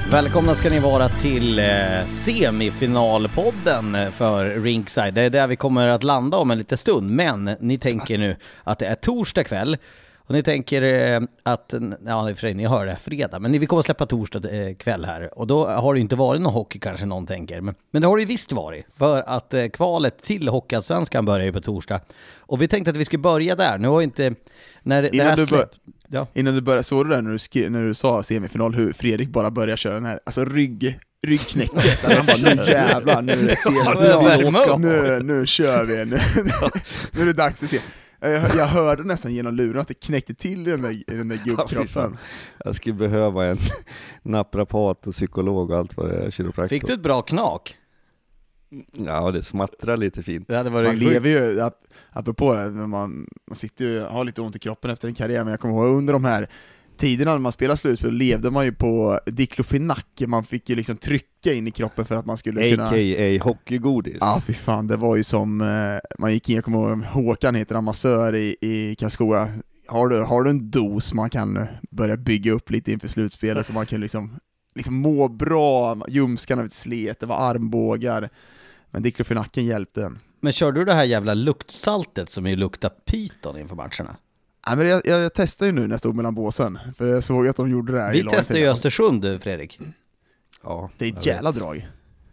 Välkomna ska ni vara till semifinalpodden för Rinkside. Det är där vi kommer att landa om en liten stund. Men ni tänker nu att det är torsdag kväll. Och ni tänker att, ja, för ni hör det här fredag. Men vi kommer att släppa torsdag kväll här. Och då har det inte varit någon hockey kanske någon tänker. Men det har det ju visst varit. För att kvalet till Hockeyallsvenskan börjar ju på torsdag. Och vi tänkte att vi skulle börja där. Nu har inte... Innan du började, såg du där när du sa semifinal hur Fredrik bara började köra den här, alltså ryggknäckningen. Han bara, nu jävlar, nu är det semifinal, nu kör vi. Nu är det dags att se. Jag hörde nästan genom luren att det knäckte till i den där gubbkroppen. Jag skulle behöva en naprapat och psykolog och allt vad det är, kiropraktor. Fick du ett bra knak? Ja, det smattrar lite fint. Man lever ju, apropå det, man sitter ju, har lite ont i kroppen efter en karriär, men jag kommer ihåg under de här tiderna när man spelade slutspel levde man ju på diklofenak. Man fick ju liksom trycka in i kroppen för att man skulle kunna... A.k.a. hockeygodis. Ja, fy fan, det var ju som... Man gick in, jag kommer ihåg, Håkan heter amassör i Karlskoga. Har du en dos man kan börja bygga upp lite inför slutspelet så man kan liksom må bra, ljumskarna ut slet, det var armbågar. Men diklofenaken hjälpte den. Men kör du det här jävla luktsaltet som ju luktar pyton inför matcherna? Ja, men jag testade ju nu när jag stod mellan båsen. För jag såg att de gjorde det här. Vi testade ju Östersund, Fredrik. Ja, det är ett jävla drag.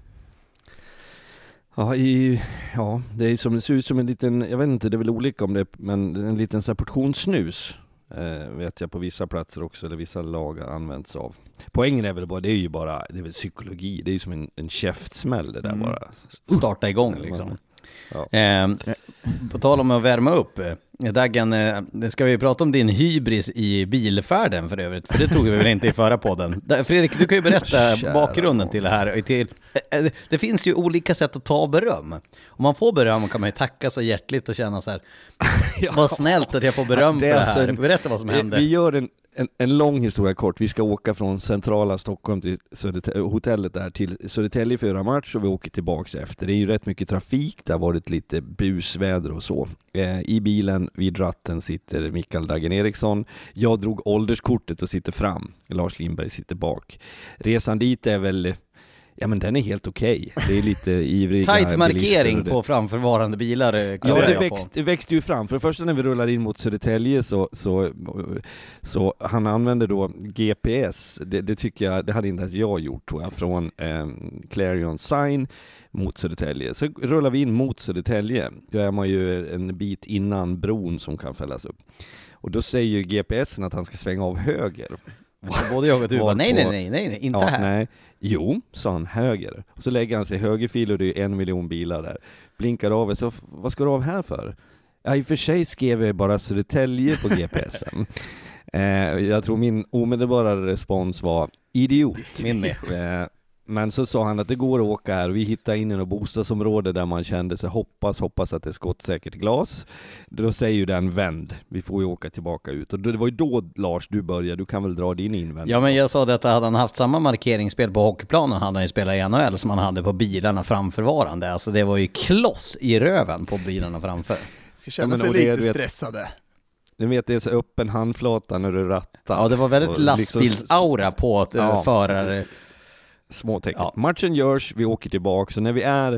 Ja, det är som, det ser ut som en liten, jag vet inte, det är väl olika om det, men en liten så här portionssnus vet jag på vissa platser också, eller vissa lag används av. Poängen är väl bara, det är väl psykologi, det är ju som en käftsmäll det där bara. Starta igång liksom. Ja. På tal om att värma upp, Daggen, det ska vi prata om din hybris i bilfärden för övrigt, för det tog vi väl inte i förra podden. Fredrik, du kan ju berätta bakgrunden till det här. Det finns ju olika sätt att ta beröm. Om man får beröm kan man ju tacka så hjärtligt och känna så här, vad snällt att jag får beröm för det här. Berätta vad som hände. Vi gör en lång historia kort. Vi ska åka från centrala Stockholm till hotellet där till Södertälje för match och vi åker tillbaks efter. Det är ju rätt mycket trafik, det har varit lite busväder och så. I bilen vid ratten sitter Mikael Daggen Eriksson. Jag drog ålderskortet och sitter fram. Lars Lindberg sitter bak. Resan dit är väl... Ja, men den är helt okej. Det är lite ivrig. Tight markering på framförvarande bilar. Ja, det växte ju fram. För det första när vi rullar in mot Södertälje så han använde då GPS. Det tycker jag, det hade inte ens jag gjort tror jag, från Clarion Sign mot Södertälje. Så rullar vi in mot Södertälje. Då är man ju en bit innan bron som kan fällas upp. Och då säger ju GPSen att han ska svänga av höger. Både jag och du bara, nej, inte här. Nej. Jo, sa han, höger. Och så lägger han sig högerfil och det är 1 miljon bilar där. Blinkar av, så vad ska du av här för? Ja, i och för sig skrev jag bara Södertälje på GPSen. Jag tror min omedelbara respons var idiot. Min med. Men så sa han att det går att åka här och vi hittar in i något bostadsområde där man kände sig hoppas att det är skottsäkert glas. Då säger ju den vänd. Vi får ju åka tillbaka ut. Och det var ju då, Lars, du började. Du kan väl dra din invändning. Ja, men jag sa det att hade han haft samma markeringsspel på hockeyplanen hade han ju spelat i NHL som han hade på bilarna framförvarande. Alltså det var ju kloss i röven på bilarna framför. Ska känna sig lite stressade. Du vet, det är så öppen handflata när du rattar. Ja, det var väldigt lastbilsaura på förare. Små tecken. Ja. Matchen görs, vi åker tillbaka. Så när vi är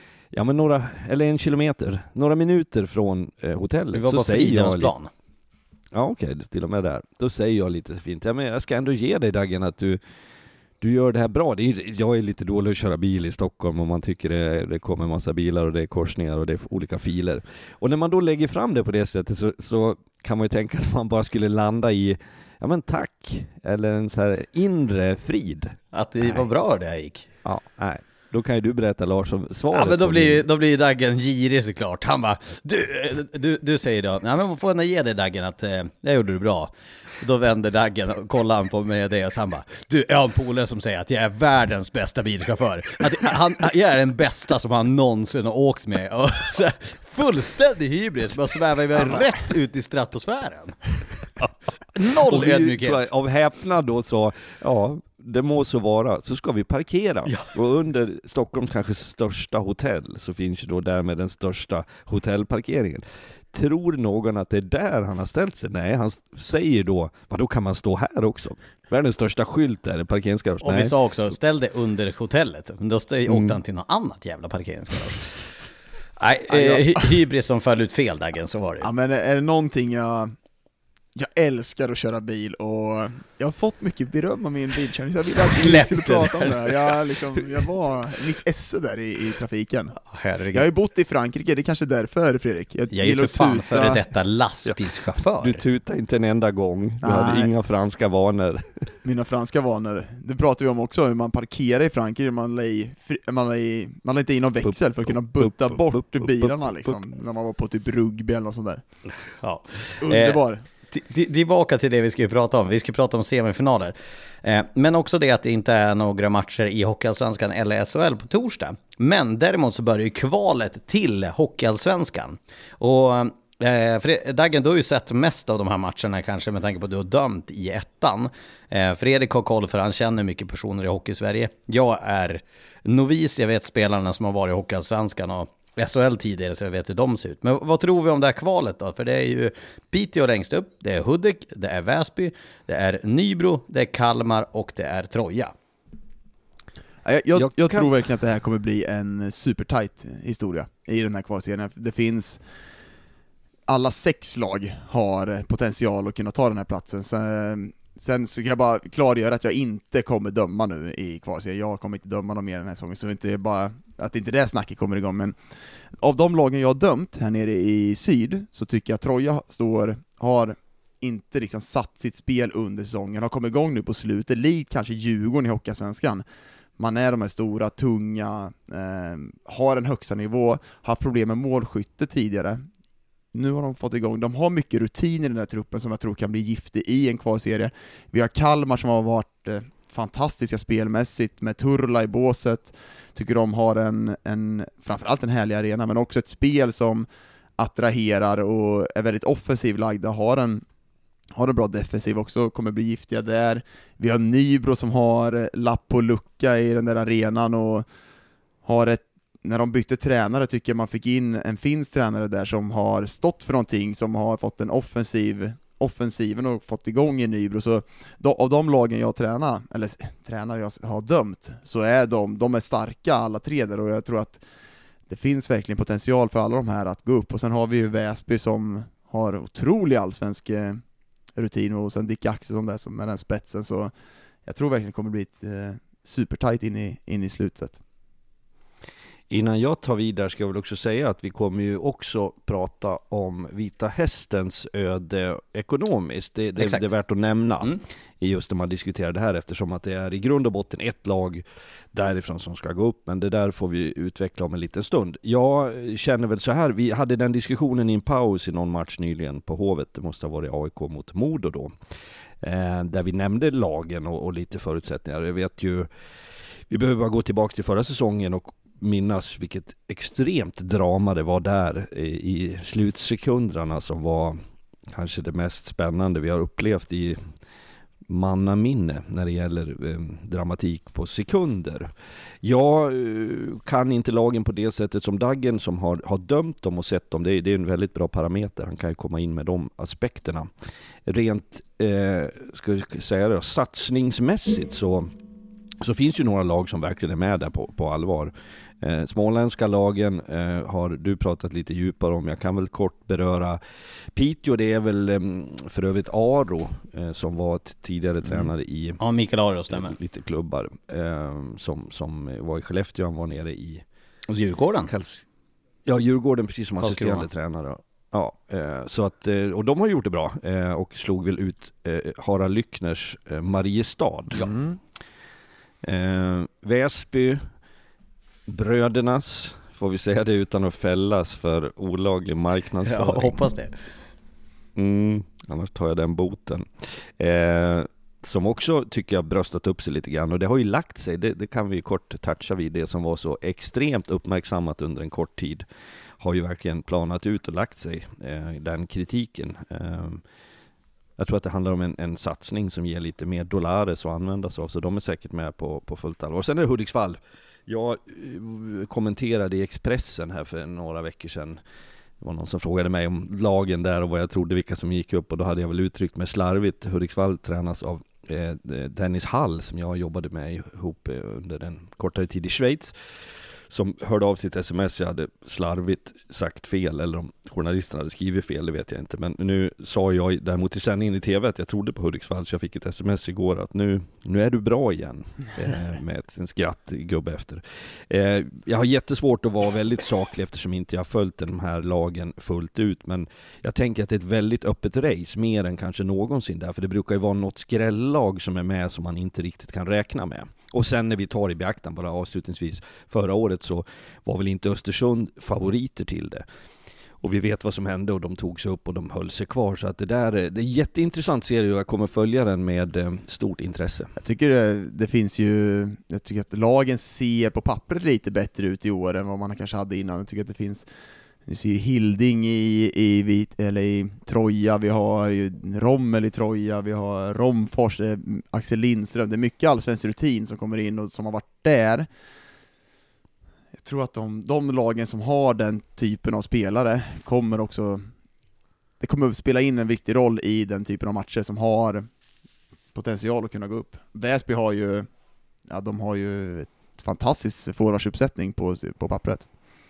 en kilometer, några minuter från hotellet, vi var så på säger jag plan. Ja, okej, till och med där. Då säger jag lite fint. Ja, men jag ska ändå ge dig, Daggen, att du gör det här bra. Jag är lite dålig att köra bil i Stockholm och man tycker det kommer en massa bilar och det är korsningar och det är olika filer. Och när man då lägger fram det på det sättet så kan man ju tänka att man bara skulle landa i ja men tack, eller en så här inre frid. Att det var bra det här gick. Ja, nej. Då kan ju du berätta, Lars, om svaret. Ja, men då blir Daggen girig såklart. Han bara, du säger då, nej men man får ge dig Daggen att det gjorde du bra. Då vänder Daggen och kollar han på mig det och så han bara, du, jag har en polare som säger att jag är världens bästa bilchaufför. Att jag är den bästa som han någonsin har åkt med. Och så här, fullständig hybris, bara svävar vi rätt ut i stratosfären. Noll ödmjukhet. Av häpnad då så, ja, det må så vara, så ska vi parkera. Ja. Och under Stockholms kanske största hotell så finns ju då därmed den största hotellparkeringen. tror någon att det är där han har ställt sig? Nej, han säger då, då kan man stå här också? Världens största skylt där, parkeringsgarage. Och vi sa också, ställ det under hotellet. Då åkte han till något annat jävla parkeringsgarage. Nej, hybris som föll ut fel dagen, så var det. Ja, men är det någonting jag älskar att köra bil, och jag har fått mycket beröm av min bilkörning, så jag ville att vi skulle prata om det. Jag var mitt esse där i trafiken. Herregud. Jag har ju bott i Frankrike, det är kanske därför, Fredrik. Jag är för fan före detta lastbilschaufför. Du tutade inte en enda gång. Du hade inga franska vanor. Mina franska vanor, det pratar vi om också, hur man parkerar i Frankrike. Man la inte in någon växel för att kunna butta bort bilarna liksom, när man var på typ rugby eller något sånt där. Ja. Underbar. Tillbaka till det vi ska prata om. Vi ska prata om semifinaler. Men också det att det inte är några matcher i Hockeyallsvenskan eller SHL på torsdag. Men däremot så börjar ju kvalet till Hockeyallsvenskan. Och Dagen, du har ju sett mest av de här matcherna kanske, med tanke på att du har dömt i ettan. Fredrik har koll, för han känner mycket personer i Hockey-Sverige. Jag är novis, jag vet spelarna som har varit i Hockeyallsvenskan och SHL tidigare, så jag vet hur de ser ut. Men vad tror vi om det här kvalet då? För det är ju Piteå längst upp, det är Hudik, det är Väsby, det är Nybro, det är Kalmar och det är Troja. Jag tror verkligen att det här kommer bli en supertight historia i den här kvalserien. Det finns, alla 6 lag har potential att kunna ta den här platsen. Sen så kan jag bara klargöra att jag inte kommer döma nu i kvalserien. Jag kommer inte döma någon mer den här säsongen, så inte bara att inte det snacket kommer igång. Men av de lagen jag har dömt här nere i syd, så tycker jag att Troja har inte liksom satt sitt spel under säsongen, har kommit igång nu på slutet, likt kanske Djurgården i Hockeysvenskan. Man är de här stora, tunga, har en högsta nivå, haft problem med målskytte tidigare. Nu har de fått igång, de har mycket rutin i den här truppen som jag tror kan bli giftig i en kvalserie. Vi har Kalmar som har varit fantastiska spelmässigt med Turla i båset. Tycker de har en framförallt en härlig arena, men också ett spel som attraherar och är väldigt offensiv lagda, har en bra defensiv också, kommer bli giftiga där. Vi har Nybro som har lapp på lucka i den där arenan och har när de bytte tränare tycker jag man fick in en finsk tränare där som har stått för någonting, som har fått en offensiven och fått igång i Nybro. Så av de lagen jag tränar jag har dömt, så är de är starka alla 3 där, och jag tror att det finns verkligen potential för alla de här att gå upp. Och sen har vi ju Väsby som har otrolig allsvensk rutin, och sen Dick Axelsson där som är den spetsen, så jag tror verkligen det kommer bli ett supertight in i slutet. Innan jag tar vidare ska jag väl också säga att vi kommer ju också prata om Vita Hästens öde ekonomiskt. Det är värt att nämna i just när man diskuterar det här, eftersom att det är i grund och botten ett lag därifrån som ska gå upp, men det där får vi utveckla om en liten stund. Jag känner väl så här, vi hade den diskussionen i en paus i någon match nyligen på Hovet, det måste ha varit AIK mot Modo då, där vi nämnde lagen och lite förutsättningar. Jag vet ju, vi behöver bara gå tillbaka till förra säsongen och minnas vilket extremt drama det var där i slutsekunderna, som var kanske det mest spännande vi har upplevt i mannaminne när det gäller dramatik på sekunder. Jag kan inte lagen på det sättet som Dagen, som har dömt dem och sett dem. Det är en väldigt bra parameter. Han kan ju komma in med de aspekterna. Rent ska jag säga det, satsningsmässigt så finns ju några lag som verkligen är med där på allvar. Småländska lagen har du pratat lite djupare om. Jag kan väl kort beröra Piteå. Det är väl för övrigt Aro som var tidigare tränare i Mikael Aro, stämmer. Lite klubbar som var i Skellefteå. Han var nere i Djurgården. Djurgården, precis som assisterande tränare. Ja, så att, och de har gjort det bra och slog väl ut Harald Lyckners Mariestad. Väsby, brödernas, får vi säga det utan att fällas för olaglig marknadsföring. Jag hoppas det. Annars tar jag den boten. Som också tycker jag bröstat upp sig lite grann, och det har ju lagt sig, det kan vi kort toucha vid. Det som var så extremt uppmärksammat under en kort tid har ju verkligen planat ut och lagt sig, den kritiken. Jag tror att det handlar om en satsning som ger lite mer dollares att använda sig av, så de är säkert med på fullt allvar. Och sen är det Hudiksvall. Jag kommenterade i Expressen här för några veckor sedan. Det var någon som frågade mig om lagen där och vad jag trodde vilka som gick upp, och då hade jag väl uttryckt mig slarvigt. Hudiksvall tränas av Dennis Hall som jag jobbade med ihop under en kortare tid i Schweiz, som hörde av sitt sms. Jag hade slarvigt sagt fel, eller om journalisterna hade skrivit fel, det vet jag inte. Men nu sa jag däremot i sändningen i tv att jag trodde på Hudiksvall, så jag fick ett sms igår att nu är du bra igen, med en skrattgubbe efter. Jag har jättesvårt att vara väldigt saklig eftersom inte jag har följt de här lagen fullt ut, men jag tänker att det är ett väldigt öppet race, mer än kanske någonsin där, för det brukar ju vara något skrällag som är med som man inte riktigt kan räkna med. Och sen när vi tar i beaktan bara avslutningsvis, förra året så var väl inte Östersund favoriter till det. Och vi vet vad som hände och de tog sig upp och de höll sig kvar. Så att det är jätteintressant serie och jag kommer följa den med stort intresse. Jag tycker det finns ju, jag tycker att lagen ser på pappret lite bättre ut i år än vad man kanske hade innan. Jag tycker att det finns, du ser Hilding i Troja, vi har ju Rommel i Troja, vi har Romfors, Axel Lindström. Det är mycket allsvensk rutin som kommer in och som har varit där. Jag tror att de lagen som har den typen av spelare kommer också, det kommer att spela in en viktig roll i den typen av matcher som har potential att kunna gå upp. Väsby har ju, de har ju ett fantastiskt forwardsuppsättning på pappret.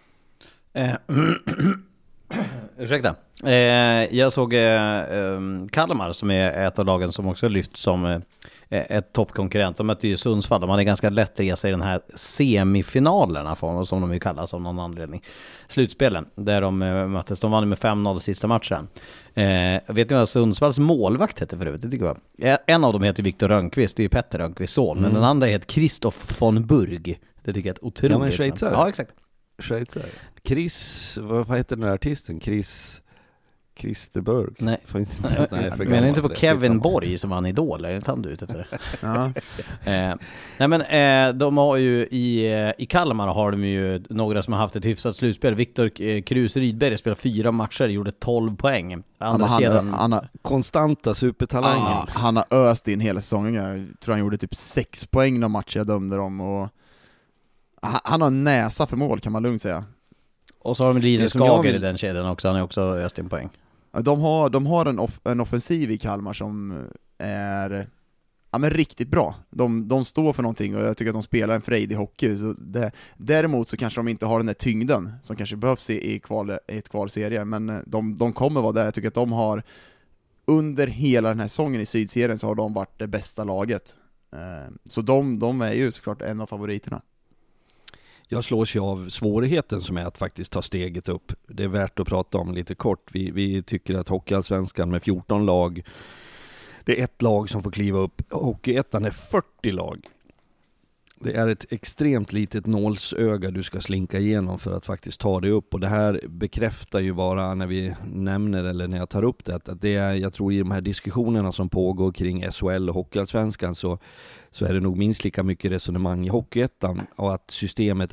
Ursäkta. Jag såg Kalmar som är ett av lagen som också lyft som ett toppkonkurrent. De mötte ju Sundsvall. De hade ganska lätt resa i den här semifinalerna som de ju kallas av någon anledning. Slutspelen där de möttes. De vann med 5-0 sista matchen. Vet ni vad Sundsvalls målvakt heter förut? Det tycker jag. En av dem heter Viktor Rönnqvist. Det är ju Petter Rönnqvists son. Men den andra heter Christoph von Burg. Det tycker jag är ett otroligt. Ja, men schweizare. Ja, exakt. Schweizare. Chris, vad heter den här artisten? Christerberg. Nej. Nej, men inte på Kevin Borg som vann Idol, eller han du ute efter det? Ja. Nej men de har ju i Kalmar har de ju några som har haft ett hyfsat slutspel. Viktor Krus Rydberg spelade 4 matcher, gjorde 12 poäng. Konstanta supertalangen. Han har öst in hela säsongen. Jag tror han gjorde typ 6 poäng de matcher jag dömde dem, och han har en näsa för mål, kan man lugnt säga. Och så har de Linus Skager i den kedjan också. Han är också öst in poäng. De har en offensiv i Kalmar som är men riktigt bra. De står för någonting och jag tycker att de spelar en frejdig hockey. Så däremot så kanske de inte har den där tyngden som kanske behövs i ett kvalserie, men de kommer vara där. Jag tycker att de har under hela den här säsongen i Sydserien så har de varit det bästa laget. Så de är ju såklart en av favoriterna. Jag slås ju av svårigheten som är att faktiskt ta steget upp. Det är värt att prata om lite kort. Vi tycker att Hockeyallsvenskan med 14 lag, det är ett lag som får kliva upp. Hockeyettan är 40 lag. Det är ett extremt litet nålsöga du ska slinka igenom för att faktiskt ta dig upp. Och det här bekräftar ju bara när vi nämner eller när jag tar upp det. Att det är, jag tror i de här diskussionerna som pågår kring SHL och Hockeyallsvenskan så är det nog minst lika mycket resonemang i Hockeyettan. Och att systemet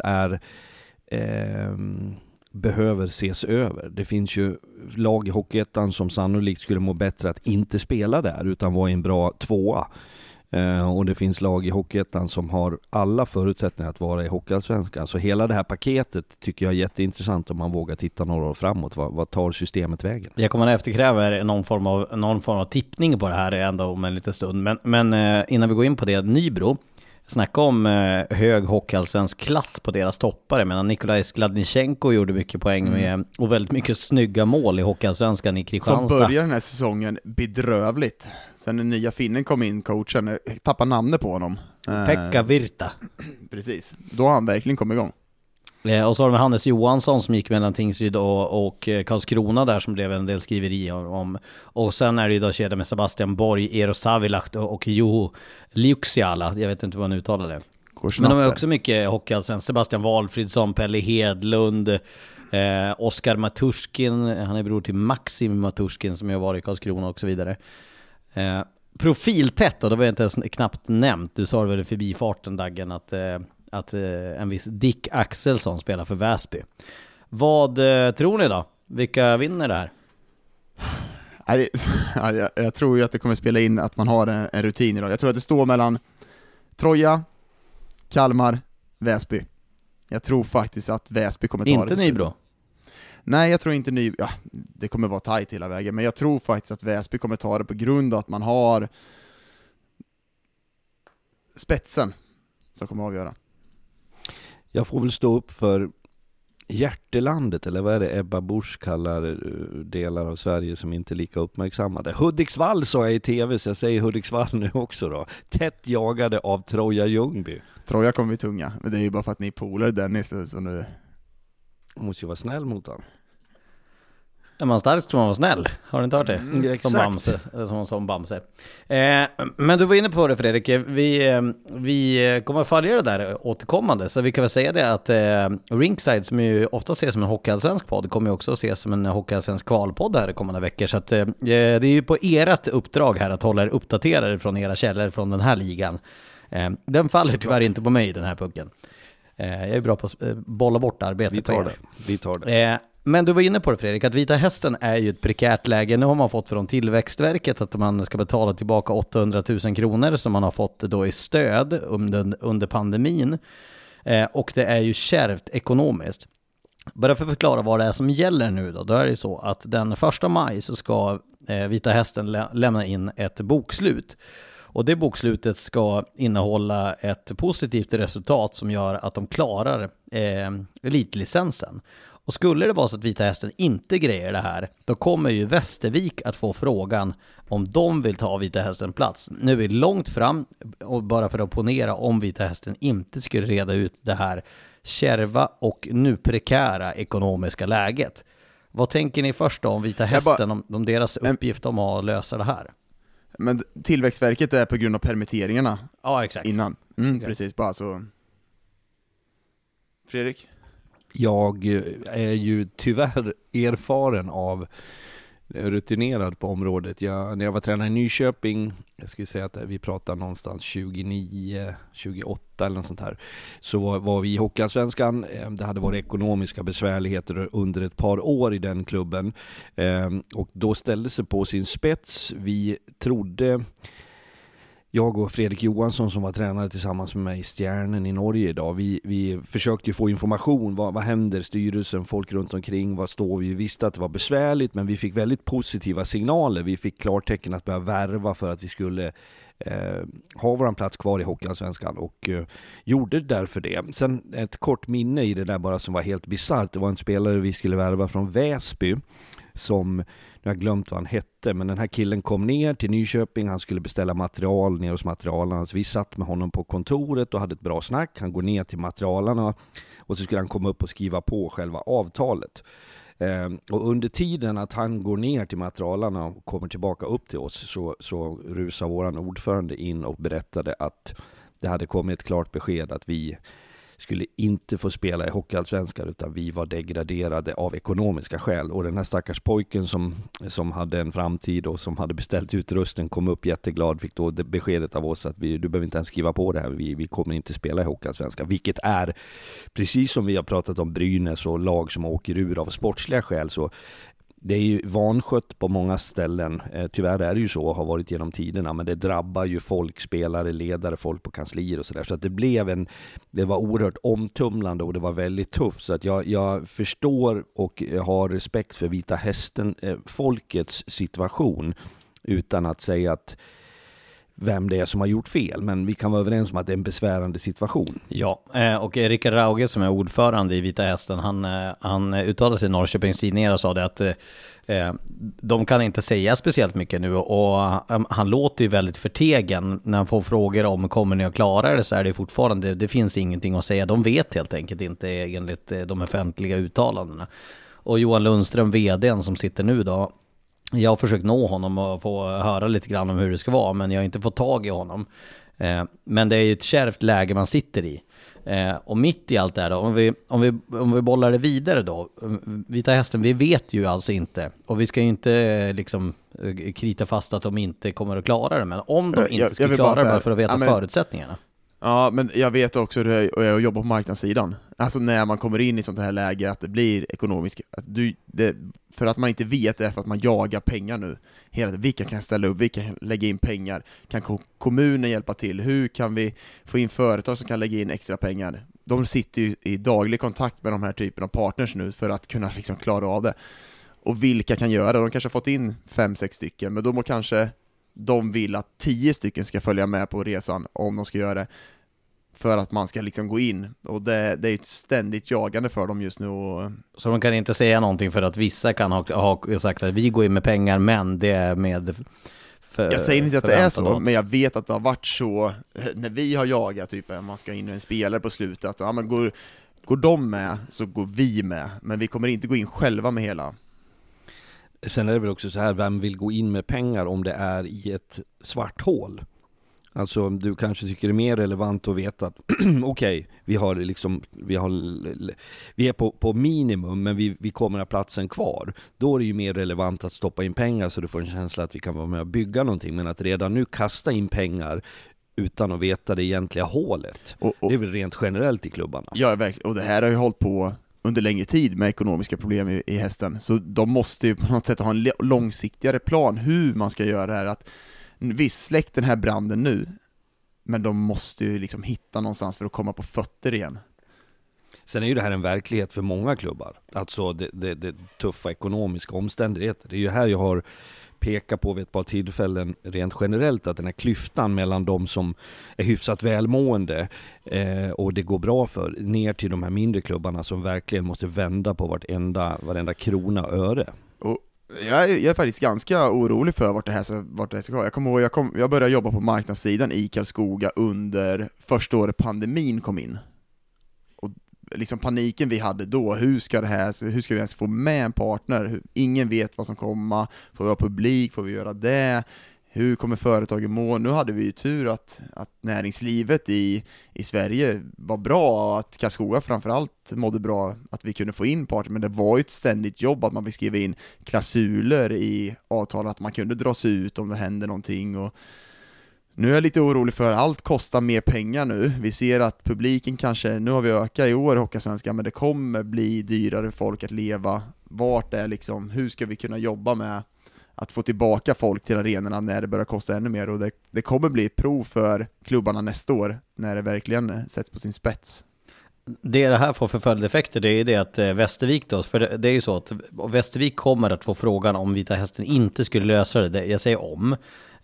behöver ses över. Det finns ju lag i Hockeyettan som sannolikt skulle må bättre att inte spela där utan vara en bra tvåa. Och det finns lag i Hockeyettan som har alla förutsättningar att vara i Hockeyallsvenskan. Så hela det här paketet tycker jag är jätteintressant om man vågar titta några år framåt. Vad tar systemet vägen? Jag kommer att efterkräva någon form av tippning på det här ändå om en liten stund. Men innan vi går in på det, Nybro, snacka om hög hockeyallsvensk klass på deras toppare. Men Nikolaj Skladnichenko gjorde mycket poäng med, och väldigt mycket snygga mål i hockeyallsvenskan i Kristianstad. Som börjar den här säsongen bedrövligt. Sen den nya finnen kom in, coachen, tappar namnet på honom. Pekka Virta. Precis, då har han verkligen kommit igång. Och så har de Hannes Johansson som gick mellan Tingsryd och Karlskrona där som blev en del skriveri om. Och sen är det ju då kedja med Sebastian Borg, Eero Savilahti och Juho Liuksiala. Jag vet inte vad han uttalar det. Men de är också mycket hockeyallsvensk. Sebastian Walfridsson, Pelle Hedlund, Oskar Maturskin, han är bror till Maxim Maturskin som har varit i Karlskrona och så vidare. Profiltätt, och det var inte ens knappt nämnt. Du sa det väl i förbifarten, Daggen, att en viss Dick Axelsson spelar för Väsby. Vad tror ni då? Vilka vinner det här? Jag tror ju att det kommer spela in att man har en rutin idag. Jag tror att det står mellan Troja, Kalmar, Väsby. Jag tror faktiskt att Väsby kommer ta inte det. Nybro? Nej, jag tror inte det kommer vara tajt hela vägen, men jag tror faktiskt att Väsby kommer ta det på grund av att man har spetsen som kommer avgöra. Jag får väl stå upp för hjärtelandet, eller vad är det Ebba Busch kallar delar av Sverige som inte är lika uppmärksammade. Hudiksvall sa jag i tv, så jag säger Hudiksvall nu också då. Tätt jagade av Troja Ljungby. Troja kommer bli tunga, men det är ju bara för att ni är polare, Dennis, så nu... Jag måste ju vara snäll mot honom. Är man stark ska man vara snäll. Har du inte hört det? Exakt. Som Bamse. Men du var inne på det, Fredrik. Vi kommer att följa det där återkommande. Så vi kan väl säga det att Rinkside, som ju ofta ses som en hockeyallsvensk podd, kommer ju också ses som en hockeyallsvensk kvalpodd här i kommande veckor. Så att, det är ju på ert uppdrag här att hålla er uppdaterade från era källor från den här ligan. Den faller tyvärr inte på mig i den här pucken. Jag är bra på att bolla bort arbetet. Vi tar det. Men du var inne på det, Fredrik, att Vita Hästen är ju ett prekärt läge. Nu har man fått från Tillväxtverket att man ska betala tillbaka 800 000 kronor som man har fått då i stöd under pandemin. Och det är ju kärvt ekonomiskt. Bara för att förklara vad det är som gäller nu då är det så att den 1 maj så ska Vita Hästen lämna in ett bokslut. Och det bokslutet ska innehålla ett positivt resultat som gör att de klarar elitlicensen. Och skulle det vara så att Vita Hästen inte grejer det här, då kommer ju Västervik att få frågan om de vill ta Vita Hästen plats. Nu är vi långt fram, och bara för att ponera om Vita Hästen inte skulle reda ut det här kärva och nu prekära ekonomiska läget. Vad tänker ni först då om Vita Hästen, om deras uppgift om att lösa det här? Men Tillväxtverket är på grund av permitteringarna. Ja, exakt. Innan. Precis, bara så. Fredrik? Jag är ju tyvärr erfaren av rutinerad på området. När jag var tränare i Nyköping, jag skulle säga att vi pratar någonstans 29, 28 eller något sånt här, så var vi i Hockeyallsvenskan. Det hade varit ekonomiska besvärligheter under ett par år i den klubben, och då ställde sig på sin spets. Vi trodde, jag och Fredrik Johansson som var tränare tillsammans med mig i Stjärnen i Norge idag, vi försökte ju få information, vad händer, styrelsen, folk runt omkring, vad står vi visste att det var besvärligt, men vi fick väldigt positiva signaler. Vi fick klartecken att börja värva för att vi skulle ha våran plats kvar i Hockeyallsvenskan, och gjorde därför det. Sen ett kort minne i det där bara som var helt bisarrt. Det var en spelare vi skulle värva från Väsby som, jag har glömt vad han hette, men den här killen kom ner till Nyköping, han skulle beställa material ner hos materialarna, så vi satt med honom på kontoret och hade ett bra snack. Han går ner till materialarna och så skulle han komma upp och skriva på själva avtalet. Och under tiden att han går ner till materialarna och kommer tillbaka upp till oss, så rusar våran ordförande in och berättade att det hade kommit ett klart besked att vi skulle inte få spela i Hockeyallsvenskan, utan vi var degraderade av ekonomiska skäl. Och den här stackars pojken som hade en framtid och som hade beställt utrustning kom upp jätteglad, fick då beskedet av oss att du behöver inte ens skriva på det här, vi kommer inte spela i Hockeyallsvenskan. Vilket är, precis som vi har pratat om Brynäs och lag som åker ur av sportsliga skäl, så det är ju vanskött på många ställen. Tyvärr är det ju så och har varit genom tiderna, men det drabbar ju folk, spelare, ledare, folk på kanslier och sådär. Så att det var oerhört omtumlande och det var väldigt tufft. Så att jag förstår och har respekt för Vita Hästen, folkets situation, utan att säga att vem det är som har gjort fel, men vi kan vara överens om att det är en besvärande situation. Ja, och Rickard Rauge som är ordförande i Vita Hästen, han uttalade sig i Norrköpings Tidningar och sa det att de kan inte säga speciellt mycket nu, och han låter ju väldigt förtegen när han får frågor om kommer ni att klara det, så är det fortfarande, det finns ingenting att säga, de vet helt enkelt inte enligt de offentliga uttalandena. Och Johan Lundström, vdn som sitter nu då, jag har försökt nå honom och få höra lite grann om hur det ska vara, men jag har inte fått tag i honom. Men det är ju ett kärvt läge man sitter i. Och mitt i allt det här då, om vi bollar det vidare då, Vita Hästen, vi vet ju alltså inte, och vi ska ju inte liksom krita fast att de inte kommer att klara det, men om de inte ska klara det, bara för att veta förutsättningarna. Ja, men jag vet också det, och jag jobbar på marknadssidan. Alltså när man kommer in i sånt här läge att det blir ekonomiskt, för att man inte vet det är för att man jagar pengar nu. Vilka kan ställa upp, vilka kan lägga in pengar? Kan kommunen hjälpa till? Hur kan vi få in företag som kan lägga in extra pengar? de sitter ju i daglig kontakt med de här typen av partners nu för att kunna liksom klara av det. Och vilka kan göra det? De kanske har fått in 5-6 stycken, men då må kanske de vill att 10 stycken ska följa med på resan om de ska göra det, för att man ska liksom gå in. Och det är ett ständigt jagande för dem just nu. Så de kan inte säga någonting för att vissa kan ha sagt att vi går in med pengar, men det är med... Jag säger inte att det är så, men jag vet att det har varit så när vi har jagat, typ man ska in med en spelare på slutet, att ja, men går de med så går vi med, men vi kommer inte gå in själva med hela. Sen är det väl också så här, vem vill gå in med pengar om det är i ett svart hål? Alltså du kanske tycker det är mer relevant att veta att okej, vi är på minimum, men vi kommer att ha platsen kvar. Då är det ju mer relevant att stoppa in pengar så du får en känsla att vi kan vara med och bygga någonting. Men att redan nu kasta in pengar utan att veta det egentliga hålet, det är väl rent generellt i klubbarna. Ja, verkligen. Och det här har ju hållit på under längre tid med ekonomiska problem i hästen. Så de måste ju på något sätt ha en långsiktigare plan hur man ska göra det här. Att visst, släck den här branden nu, men de måste ju liksom hitta någonstans för att komma på fötter igen. Sen är ju det här en verklighet för många klubbar. Alltså det tuffa ekonomiska omständigheter. Det är ju här jag har pekat på vid ett par tillfällen rent generellt, att den här klyftan mellan de som är hyfsat välmående och det går bra för, ner till de här mindre klubbarna som verkligen måste vända på varenda krona och öre. Och jag är faktiskt ganska orolig för vart det här ska gå. Jag kommer ihåg, jag började jobba på marknadssidan i Karlskoga under första året pandemin kom in. Och liksom paniken vi hade då, hur ska vi ens få med en partner? Ingen vet vad som kommer, får vi ha publik, får vi göra det? Hur kommer företagen må? Nu hade vi ju tur att näringslivet i Sverige var bra, och att Karlskoga framförallt mådde bra, att vi kunde få in partner, men det var ju ett ständigt jobb att man fick skriva in klausuler i avtalet, att man kunde dra sig ut om det hände någonting. Och nu är jag lite orolig för att allt kostar mer pengar nu. Vi ser att publiken kanske, nu har vi ökat i år i Hockeysvenskan, men det kommer bli dyrare folk att leva. Vart är liksom, hur ska vi kunna jobba med att få tillbaka folk till arenorna när det börjar kosta ännu mer? Och det kommer bli ett prov för klubbarna nästa år när det verkligen sätts på sin spets. Det här får för följdeffekter, det är det att Västervik då, för det är ju så att Västervik kommer att få frågan om Vita Hästen inte skulle lösa det, jag säger om.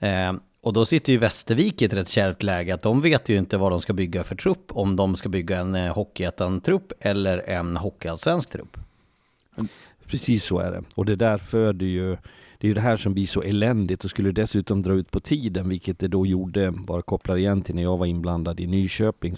Och då sitter ju Västervik i ett rätt kärvt läge, att de vet ju inte vad de ska bygga för trupp, om de ska bygga en Hockeyettan-trupp eller en hockeyallsvensk trupp. Precis så är det. Och det är därför det är ju det här som blir så eländigt, och skulle dessutom dra ut på tiden, vilket det då gjorde, bara kopplar igen till när jag var inblandad i Nyköping,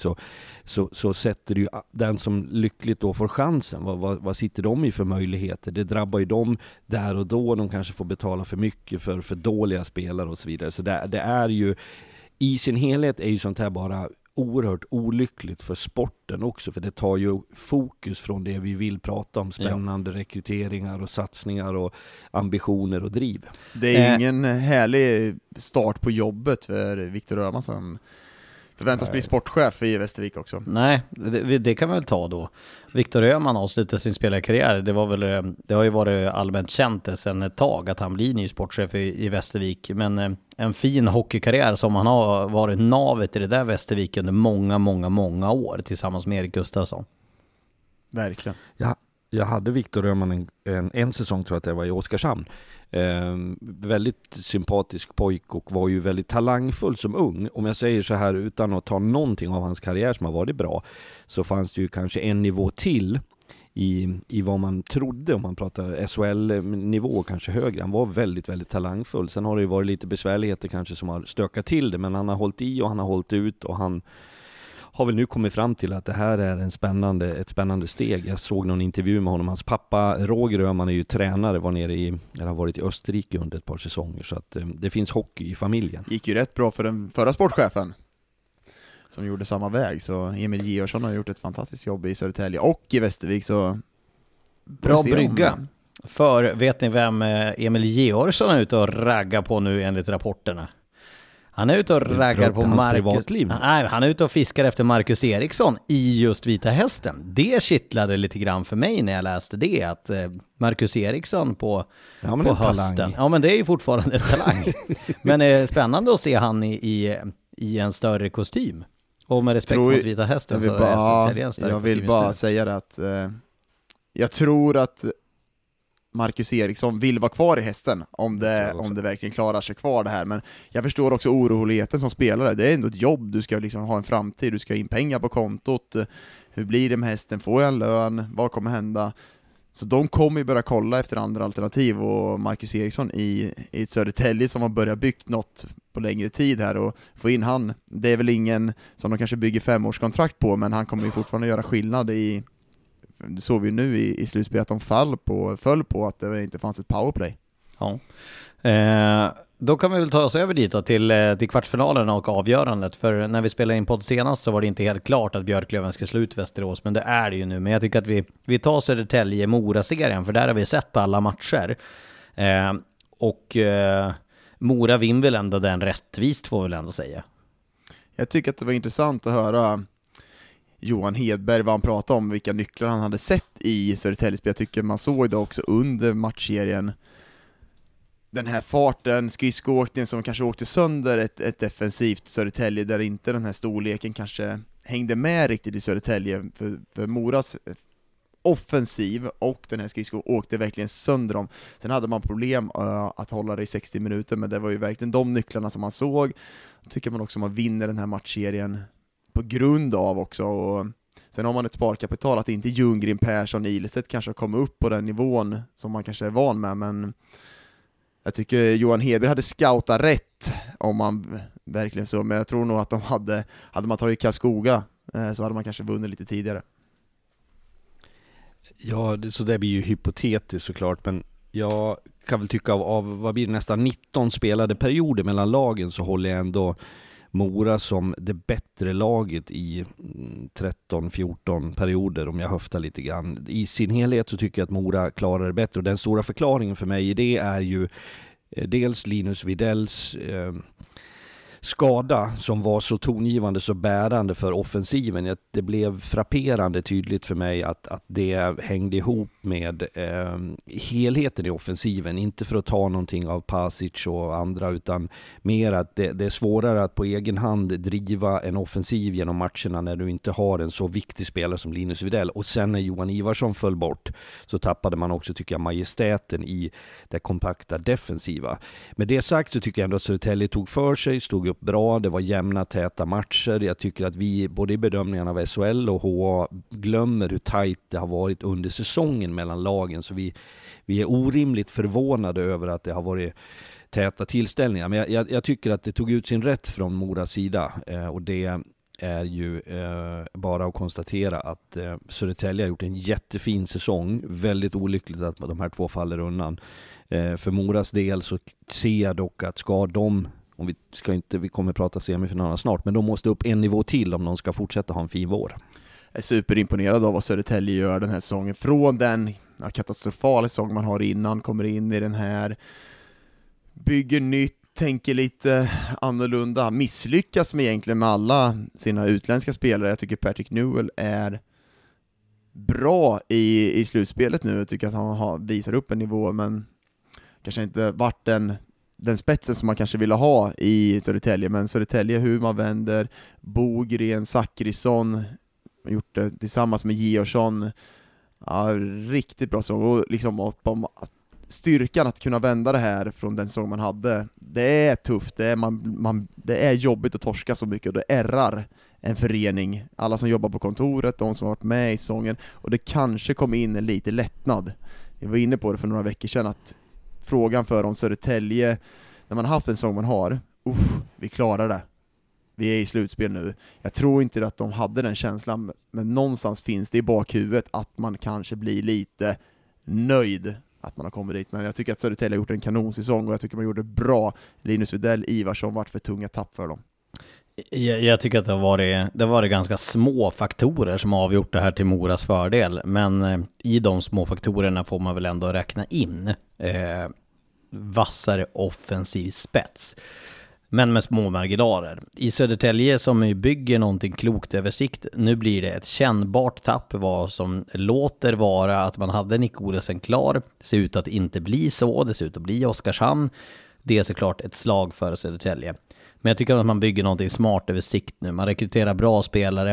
så sätter det ju den som lyckligt då får chansen. Vad sitter de i för möjligheter? Det drabbar ju dem där och då, de kanske får betala för mycket för dåliga spelare och så vidare. Så det är ju, i sin helhet är ju sånt här bara oerhört olyckligt för sporten också, för det tar ju fokus från det vi vill prata om, spännande rekryteringar och satsningar och ambitioner och driv. Det är ingen härlig start på jobbet för Viktor Öhman som förväntas bli sportchef i Västervik också. Nej, det kan man väl ta då. Viktor Öhman avslutade sin spelarkarriär. Det har ju varit allmänt känt sedan ett tag att han blir ny sportchef i Västervik. Men en fin hockeykarriär som han har varit navet i det där Västervik under många år tillsammans med Erik Gustafsson. Verkligen. Ja, jag hade Viktor Öhman en säsong, tror jag att det var, i Oskarshamn. Väldigt sympatisk pojk och var ju väldigt talangfull som ung. Om jag säger så här utan att ta någonting av hans karriär som har varit bra, så fanns det ju kanske en nivå till i vad man trodde, om man pratar SHL-nivå kanske högre. Han var väldigt, väldigt talangfull. Sen har det ju varit lite besvärligheter kanske som har stökat till det, men han har hållit i och han har hållit ut, och han har väl nu kommit fram till att det här är ett spännande steg. Jag såg någon intervju med honom. Hans pappa Roger Öhman är ju tränare, har varit i Österrike under ett par säsonger, så att det finns hockey i familjen. Gick ju rätt bra för den förra sportchefen som gjorde samma väg, så Emil Georgsson har gjort ett fantastiskt jobb i Södertälje och i Västervik, så bra brygga. För vet ni vem Emil Georgsson är ute och raggar på nu enligt rapporterna? Han är ute och raggar på Marcus. Nej, han är ute och fiskar efter Marcus Eriksson i just Vita Hästen. Det kittlade lite grann för mig när jag läste det, att Marcus Eriksson på hösten. Talang. Ja, men det är ju fortfarande en talang. Men det är spännande att se han i en större kostym. Och med respekt mot Vita Hästen så är Södertälje en stark. Jag vill bara säga det att jag tror att Marcus Eriksson vill vara kvar i Hästen om det verkligen klarar sig kvar det här, men jag förstår också oroligheten som spelare. Det är ändå ett jobb, du ska liksom ha en framtid, du ska in pengar på kontot. Hur blir det med Hästen? Får jag en lön? Vad kommer hända? Så de kommer ju börja kolla efter andra alternativ, och Marcus Eriksson i ett Södertälje som har börjat byggt något på längre tid här, och få in han, det är väl ingen som de kanske bygger 5-årskontrakt på, men han kommer ju fortfarande göra skillnad i. Det såg vi nu i slutspelet att de föll på att det inte fanns ett powerplay. Ja. Då kan vi väl ta oss över dit då, till kvartsfinalen och avgörandet. För när vi spelade in podd senast så var det inte helt klart att Björklöven ska slå ut Västerås, men det är det ju nu. Men jag tycker att vi tar Södertälje-Mora-serien, för där har vi sett alla matcher. Mora vinner väl ändå den rättvist, får vi väl ändå säga. Jag tycker att det var intressant att höra Johan Hedberg, vad han pratade om, vilka nycklar han hade sett i Södertälje-spel. Jag tycker man såg det också under matchserien. Den här farten, skridskoåkningen som kanske åkte sönder ett defensivt Södertälje, där inte den här storleken kanske hängde med riktigt i Södertälje. För Moras offensiv och den här skridskon åkte verkligen sönder dem. Sen hade man problem att hålla det i 60 minuter, men det var ju verkligen de nycklarna som man såg. Tycker man också man vinner den här matchserien på grund av också. Och sen har man ett sparkapital att inte Ljunggren, Persson, Ilestedt kanske har kommit upp på den nivån som man kanske är van med, men jag tycker Johan Hedberg hade scoutat rätt om man verkligen så, men jag tror nog att de hade man tagit Karlskoga så hade man kanske vunnit lite tidigare. Ja, så det blir ju hypotetiskt såklart, men jag kan väl tycka av vad blir det, nästan 19 spelade perioder mellan lagen, så håller jag ändå Mora som det bättre laget i 13-14 perioder, om jag höftar lite grann. I sin helhet så tycker jag att Mora klarar det bättre, och den stora förklaringen för mig i det är ju dels Linus Widells skada som var så tongivande, så bärande för offensiven. Det blev frapperande tydligt för mig att det hängde ihop med helheten i offensiven. Inte för att ta någonting av Pasic och andra, utan mer att det är svårare att på egen hand driva en offensiv genom matcherna när du inte har en så viktig spelare som Linus Widell. Och sen när Johan Ivarsson föll bort så tappade man också, tycker jag, majestäten i det kompakta defensiva. Med det sagt så tycker jag ändå att Södertälje tog för sig, stod upp bra, det var jämna, täta matcher. Jag tycker att vi, både i bedömningarna av SHL och HA, glömmer hur tajt det har varit under säsongen mellan lagen, så vi är orimligt förvånade över att det har varit täta tillställningar. Men jag tycker att det tog ut sin rätt från Moras sida, och det är ju bara att konstatera att Södertälje har gjort en jättefin säsong. Väldigt olyckligt att de här två faller undan. För Moras del så ser jag dock att ska de, vi kommer prata semifinalerna snart, men de måste upp en nivå till om de ska fortsätta ha en fin vår. Jag är superimponerad av vad Södertälje gör den här säsongen. Från den katastrofala säsong man har innan, kommer in i den här, bygger nytt, tänker lite annorlunda, misslyckas med egentligen med alla sina utländska spelare. Jag tycker Patrick Newell är bra i slutspelet nu. Jag tycker att han visar upp en nivå, men kanske inte varit den spetsen som man kanske ville ha i Södertälje. Men Södertälje, hur man vänder, Bogren, Zachrisson, gjort det tillsammans med Georgsson, ja, riktigt bra så. Och liksom styrkan att kunna vända det här från den säsong man hade, det är tufft, det är jobbigt att torska så mycket, och det ärrar en förening, alla som jobbar på kontoret, de som har varit med i säsongen, och det kanske kom in en lite lättnad. Jag var inne på det för några veckor sedan, att frågan för om Södertälje, när man har haft en säsong man har, vi klarar det, vi är i slutspel nu. Jag tror inte att de hade den känslan, men någonstans finns det i bakhuvudet att man kanske blir lite nöjd att man har kommit dit. Men jag tycker att Södertälje har gjort en kanonsäsong, och jag tycker man gjorde bra. Linus Widell, Ivarsson varit för tunga tapp för dem. Jag tycker att det var ganska små faktorer som har avgjort det här till Moras fördel, men i de små faktorerna får man väl ändå räkna in vassare offensiv spets, men med små marginaler. I Södertälje, som bygger någonting klokt över sikt, nu blir det ett kännbart tapp. Vad som låter vara att man hade Nick Olesen klar, ser ut att inte bli så, det ser ut att bli Oskarshamn. Det är såklart ett slag för Södertälje. Men jag tycker att man bygger någonting smart över sikt nu. Man rekryterar bra spelare.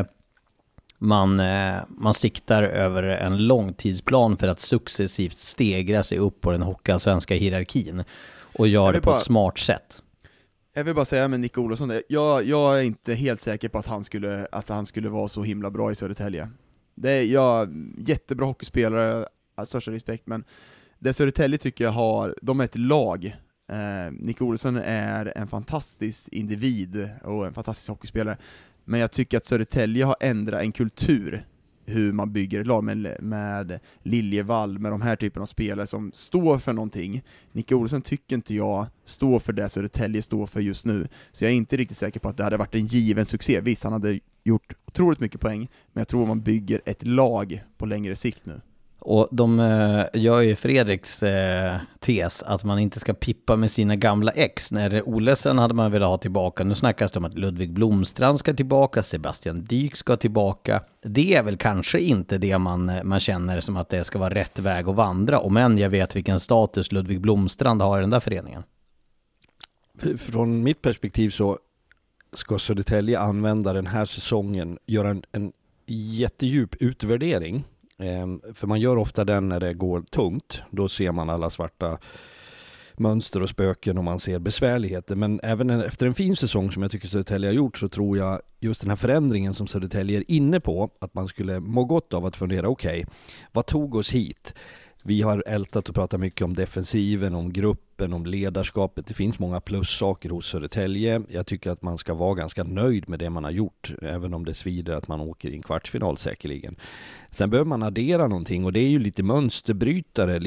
Man siktar över en långtidsplan för att successivt stegra sig upp på den hockeyallsvenska hierarkin. Och gör det på ett smart sätt. Jag vill bara säga med Nick Olsson, jag är inte helt säker på att han skulle vara så himla bra i Södertälje. Det är jättebra hockeyspelare, största respekt, men det Södertälje tycker jag de är ett lag. Nick Olsson är en fantastisk individ och en fantastisk hockeyspelare, men jag tycker att Södertälje har ändrat en kultur hur man bygger ett lag med Liljevall, med de här typen av spelare som står för någonting. Nick Olsson tycker inte jag står för det Södertälje står för just nu, så jag är inte riktigt säker på att det hade varit en given succé. Visst, han hade gjort otroligt mycket poäng, men jag tror man bygger ett lag på längre sikt nu. Och de gör ju Fredriks tes att man inte ska pippa med sina gamla ex. När Olesen hade man velat ha tillbaka. Nu snackas det om att Ludvig Blomstrand ska tillbaka, Sebastian Dyk ska tillbaka. Det är väl kanske inte det man känner som att det ska vara rätt väg att vandra. Och men jag vet vilken status Ludvig Blomstrand har i den där föreningen. Från mitt perspektiv så ska Södertälje använda den här säsongen, göra en jättedjup utvärdering. För man gör ofta den när det går tungt. Då ser man alla svarta mönster och spöken och man ser besvärligheter. Men även efter en fin säsong som jag tycker Södertälje har gjort, så tror jag just den här förändringen som Södertälje är inne på, att man skulle må gott av att fundera, okej, vad tog oss hit? Vi har ältat och pratat mycket om defensiven, om gruppen, om ledarskapet. Det finns många plussaker hos Södertälje. Jag tycker att man ska vara ganska nöjd med det man har gjort, även om det svider att man åker i en kvartsfinal säkerligen. Sen behöver man addera någonting, och det är ju lite mönsterbrytare,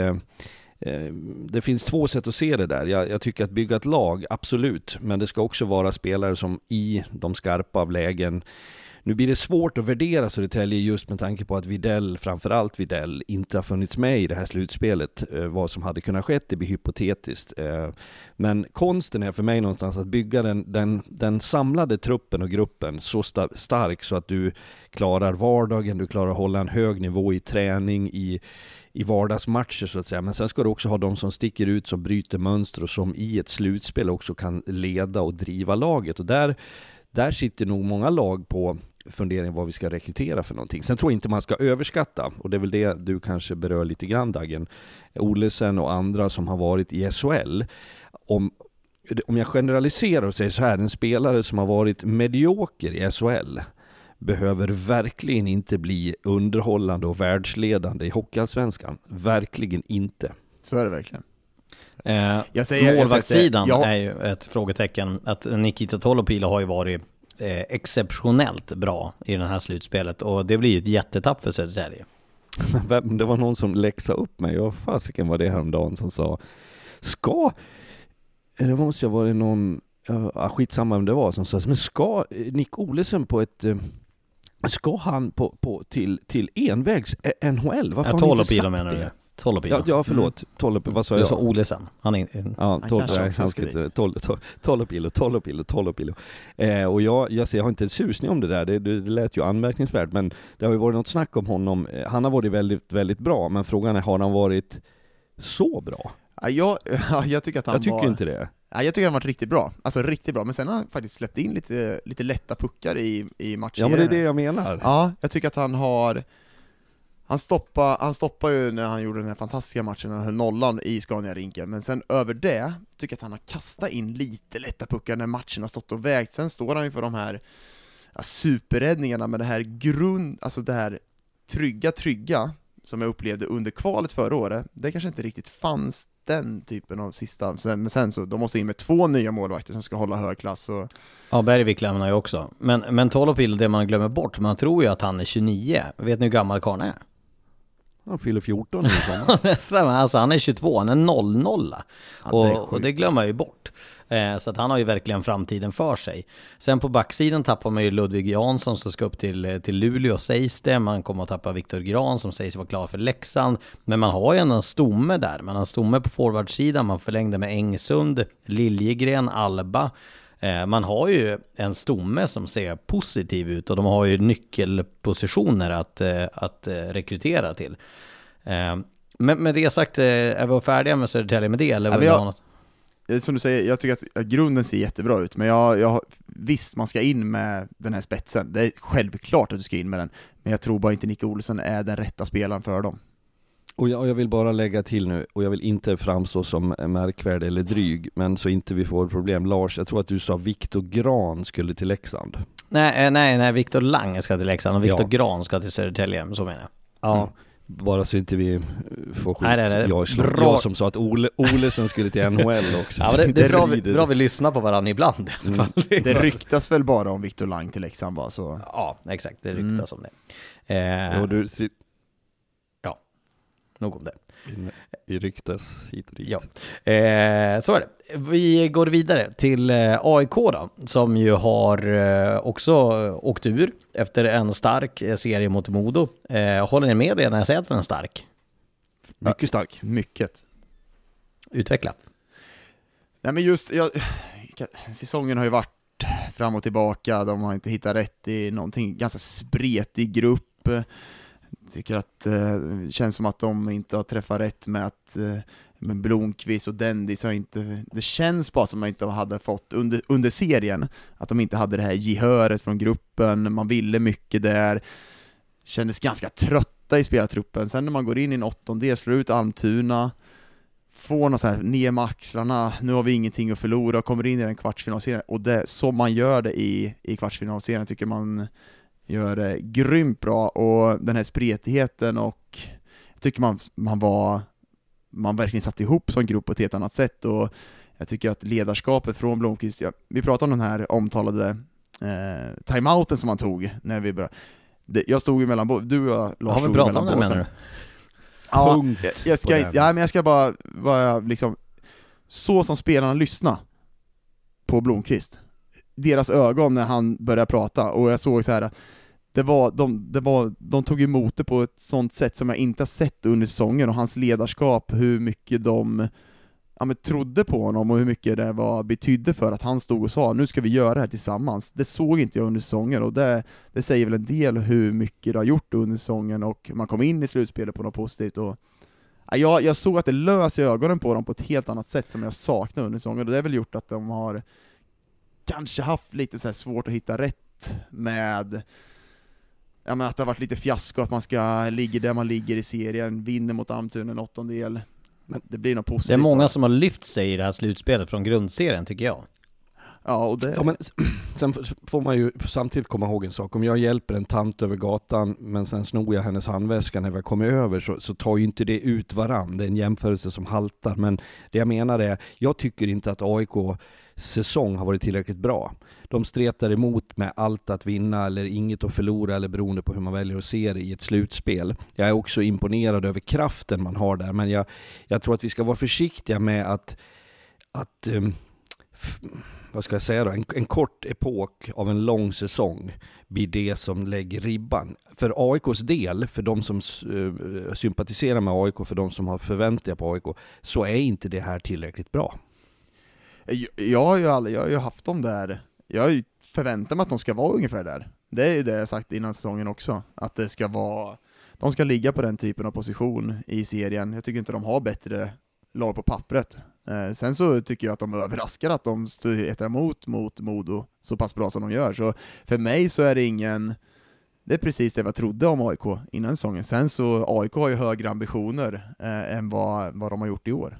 det finns två sätt att se det där. Jag tycker att bygga ett lag, absolut, men det ska också vara spelare som i de skarpa av lägen. Nu blir det svårt att värdera Södertälje just med tanke på att framförallt Widell, inte har funnits med i det här slutspelet. Vad som hade kunnat skett, det blir hypotetiskt. Men konsten är för mig någonstans att bygga den samlade truppen och gruppen så stark så att du klarar vardagen, du klarar att hålla en hög nivå i träning, i vardagsmatcher så att säga. Men sen ska du också ha de som sticker ut, som bryter mönster och som i ett slutspel också kan leda och driva laget. Och där sitter nog många lag på fundering vad vi ska rekrytera för någonting. Sen tror jag inte man ska överskatta, och det är väl det du kanske berör lite grann, Dagen. Olesen och andra som har varit i SHL. Om jag generaliserar och säger så här, en spelare som har varit medioker i SHL behöver verkligen inte bli underhållande och världsledande i hockeyallsvenskan. Verkligen inte. Så är det verkligen. Målvaktssidan är ju ett frågetecken. Att Nikita Tolopilo har ju varit exceptionellt bra i den här slutspelet, och det blir ju ett jättetapp för Södertälje. Det var någon som läxade upp mig, och fasiken var det häromdagen som sa, det måste ju ha varit någon, skitsamma vem det var, som sa, men ska Nick Olesen ska han till envägs NHL? Vad fan Tolopilo menar du? Ja, förlåt. Vad sa jag? Du sa Olesen. Tolopilo. Och jag har inte en susning om det där. Det lät ju anmärkningsvärt, men det har ju varit något snack om honom. Han har varit väldigt, väldigt bra, men frågan är, har han varit så bra? Jag tycker att han inte det. Jag tycker han varit riktigt bra. Alltså riktigt bra, men sen har han faktiskt släppt in lite lätta puckar i matchen. Ja, men det är det jag menar. Ja, jag tycker att han stoppar ju när han gjorde den här fantastiska matchen, han höll nollan i Scania-rinken, men sen över det tycker jag att han har kastat in lite lätta puckar när matchen har stått och vägt. Sen står han ju för de här superräddningarna med det här alltså det här trygga som jag upplevde under kvalet förra året. Det kanske inte riktigt fanns den typen av sista, men sen så de måste in med 2 nya målvakter som ska hålla hög klass. Och... Ja, Bergvik lämnar ju också. Men Tolopilo, det man glömmer bort, man tror ju att han är 29. Vet ni hur gammal karln är? Han fyller 14. Nästan, alltså han är 22, han är 00. Och det glömmer man ju bort. Så att han har ju verkligen framtiden för sig. Sen på backsidan tappar man ju Ludvig Jansson som ska upp till Luleå, sägs det. Man kommer att tappa Viktor Gran som sägs vara klar för Leksand. Men man har ju en stomme där. Man har en stomme på forwardsidan. Man förlängde med Engsund, Liljegren, Alba. Man har ju en stomme som ser positiv ut, och de har ju nyckelpositioner att rekrytera till. Men med det sagt, är vi färdiga med Södertälje med det? Eller ja, som du säger, jag tycker att grunden ser jättebra ut, men visst, man ska in med den här spetsen. Det är självklart att du ska in med den, men jag tror bara inte Nick Olsson är den rätta spelaren för dem. Och jag vill bara lägga till nu, och jag vill inte framstå som märkvärd eller dryg, men så inte vi får problem. Lars, jag tror att du sa Viktor Gran skulle till Leksand. Nej, Viktor Lang ska till Leksand och Viktor Gran ska till Södertälje, så menar jag. Ja, bara så inte vi får skit. Nej. Jag som sa att Olesen skulle till NHL också. Ja, det är bra vi lyssnar på varandra ibland. Det ryktas väl bara om Viktor Lang till Leksand bara, så. Ja, exakt, det ryktas om det. Nog om det. I ryktas hit och dit. Ja, så är det. Vi går vidare till AIK då, som ju har också åkt ur efter en stark serie mot Modo. Håller ni med det när jag säger att den är stark? Mycket stark. Mycket. Utveckla. Nej, men just, säsongen har ju varit fram och tillbaka. De har inte hittat rätt i någonting, ganska spretig grupp. Tycker att det känns som att de inte har träffat rätt med att med Blomqvist och Dendis har inte, det känns bara som att de inte hade fått under serien, att de inte hade det här gehöret från gruppen. Man ville mycket där, kändes ganska trötta i spelartruppen. Sen när man går in i en 8:e, slår ut Almtuna, får något så här ner med axlarna, nu har vi ingenting att förlora, och kommer in i den kvartsfinalserien, och det som man gör det i kvartsfinalserien tycker man gör det grymt bra, och den här spretigheten, och jag tycker man verkligen satt ihop som grupp på ett helt annat sätt, och jag tycker att ledarskapet från Blomqvist, vi pratade om den här omtalade timeouten som man tog när vi började. Jag stod ju mellan, du och Lars. Har vi pratat om det, menar du? Ja, jag ska bara liksom, så som spelarna lyssna på Blomqvist, deras ögon när han började prata, och jag såg så här, de tog emot det på ett sånt sätt som jag inte har sett under säsongen, och hans ledarskap, hur mycket de trodde på honom och hur mycket det betydde för att han stod och sa, nu ska vi göra det här tillsammans. Det såg inte jag under säsongen, och det säger väl en del hur mycket det har gjort under säsongen, och man kom in i slutspelet på något positivt, och jag såg att det lös i ögonen på dem på ett helt annat sätt som jag saknade under säsongen, och det har väl gjort att de har kanske haft lite så här svårt att hitta rätt med, att det har varit lite fiasko, att man ska ligga där man ligger i serien, vinner mot Almtuna en 8:e. Men det blir något positivt. Det är många som har lyft sig i det här slutspelet från grundserien, tycker jag. Ja, men sen får man ju samtidigt komma ihåg en sak. Om jag hjälper en tant över gatan, men sen snor jag hennes handväska när vi kommer över, så tar ju inte det ut varann. Det är en jämförelse som haltar. Men det jag menar är, jag tycker inte att AIK säsong har varit tillräckligt bra. De stretar emot med allt att vinna eller inget att förlora, eller beroende på hur man väljer att se det i ett slutspel. Jag är också imponerad över kraften man har där, men jag tror att vi ska vara försiktiga med att vad ska jag säga då? En kort epok av en lång säsong blir det som lägger ribban. För AIKs del, för de som sympatiserar med AIK, för de som har förväntningar på AIK, så är inte det här tillräckligt bra. Jag har ju haft dem där. Jag förväntar mig att de ska vara ungefär där. Det är ju det jag sagt innan säsongen också. Att det ska vara, de ska ligga på den typen av position i serien. Jag tycker inte de har bättre lag på pappret. Sen så tycker jag att de överraskar att de stretar mot Modo så pass bra som de gör. Så för mig så är det är precis det jag trodde om AIK innan säsongen. Sen så AIK har ju högre ambitioner än vad de har gjort i år.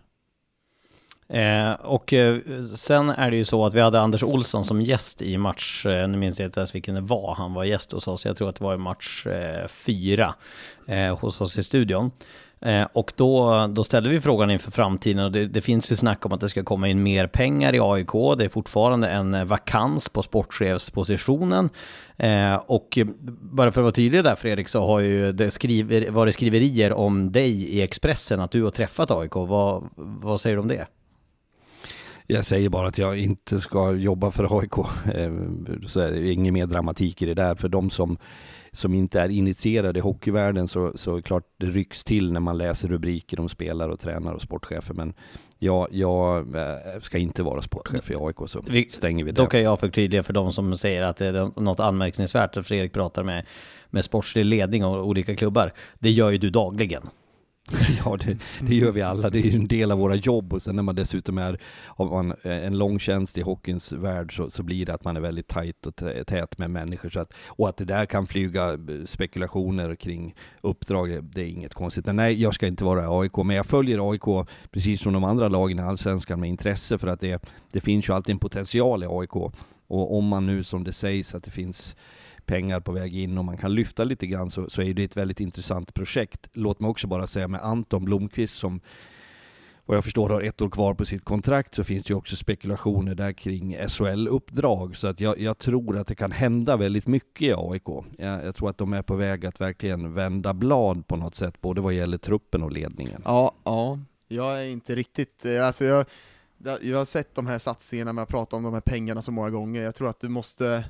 Och sen är det ju så att vi hade Anders Olsson som gäst i match, nu minns jag inte ens vilken det var, han var gäst hos oss, jag tror att det var i match 4 hos oss i studion. Och då ställde vi frågan inför framtiden, och det finns ju snack om att det ska komma in mer pengar i AIK. Det är fortfarande en vakans på sportchefspositionen, och bara för att vara tydlig där, Fredrik, så har ju varit skriverier om dig i Expressen att du har träffat AIK. Vad säger du om det? Jag säger bara att jag inte ska jobba för AIK, så är det ingen mer dramatik i det där. För de som inte är initierade i hockeyvärlden, så klart det rycks till när man läser rubriker om spelare och tränare och sportchefer. Men jag ska inte vara sportchef i AIK, så stänger vi det. Då kan jag förtydliga för de som säger att det är något anmärkningsvärt att Fredrik pratar med sportslig ledning och olika klubbar. Det gör ju du dagligen. Ja, det gör vi alla. Det är ju en del av våra jobb, och sen när man dessutom har en lång tjänst i hockeyns värld så blir det att man är väldigt tajt och tät med människor. Och att det där kan flyga spekulationer kring uppdrag, det är inget konstigt. Men nej, jag ska inte vara AIK, men jag följer AIK precis som de andra lagen i Allsvenskan med intresse, för att det finns ju alltid en potential i AIK. Och om man nu, som det sägs, att det finns pengar på väg in och man kan lyfta lite grann, så är det ett väldigt intressant projekt. Låt mig också bara säga med Anton Blomqvist, som vad jag förstår har 1 år kvar på sitt kontrakt, så finns det ju också spekulationer där kring SHL-uppdrag. Så att jag tror att det kan hända väldigt mycket i AIK. Jag tror att de är på väg att verkligen vända blad på något sätt, både vad gäller truppen och ledningen. Ja, jag är inte riktigt, alltså jag har sett de här satsningarna, med att prata om de här pengarna så många gånger. Jag tror att du måste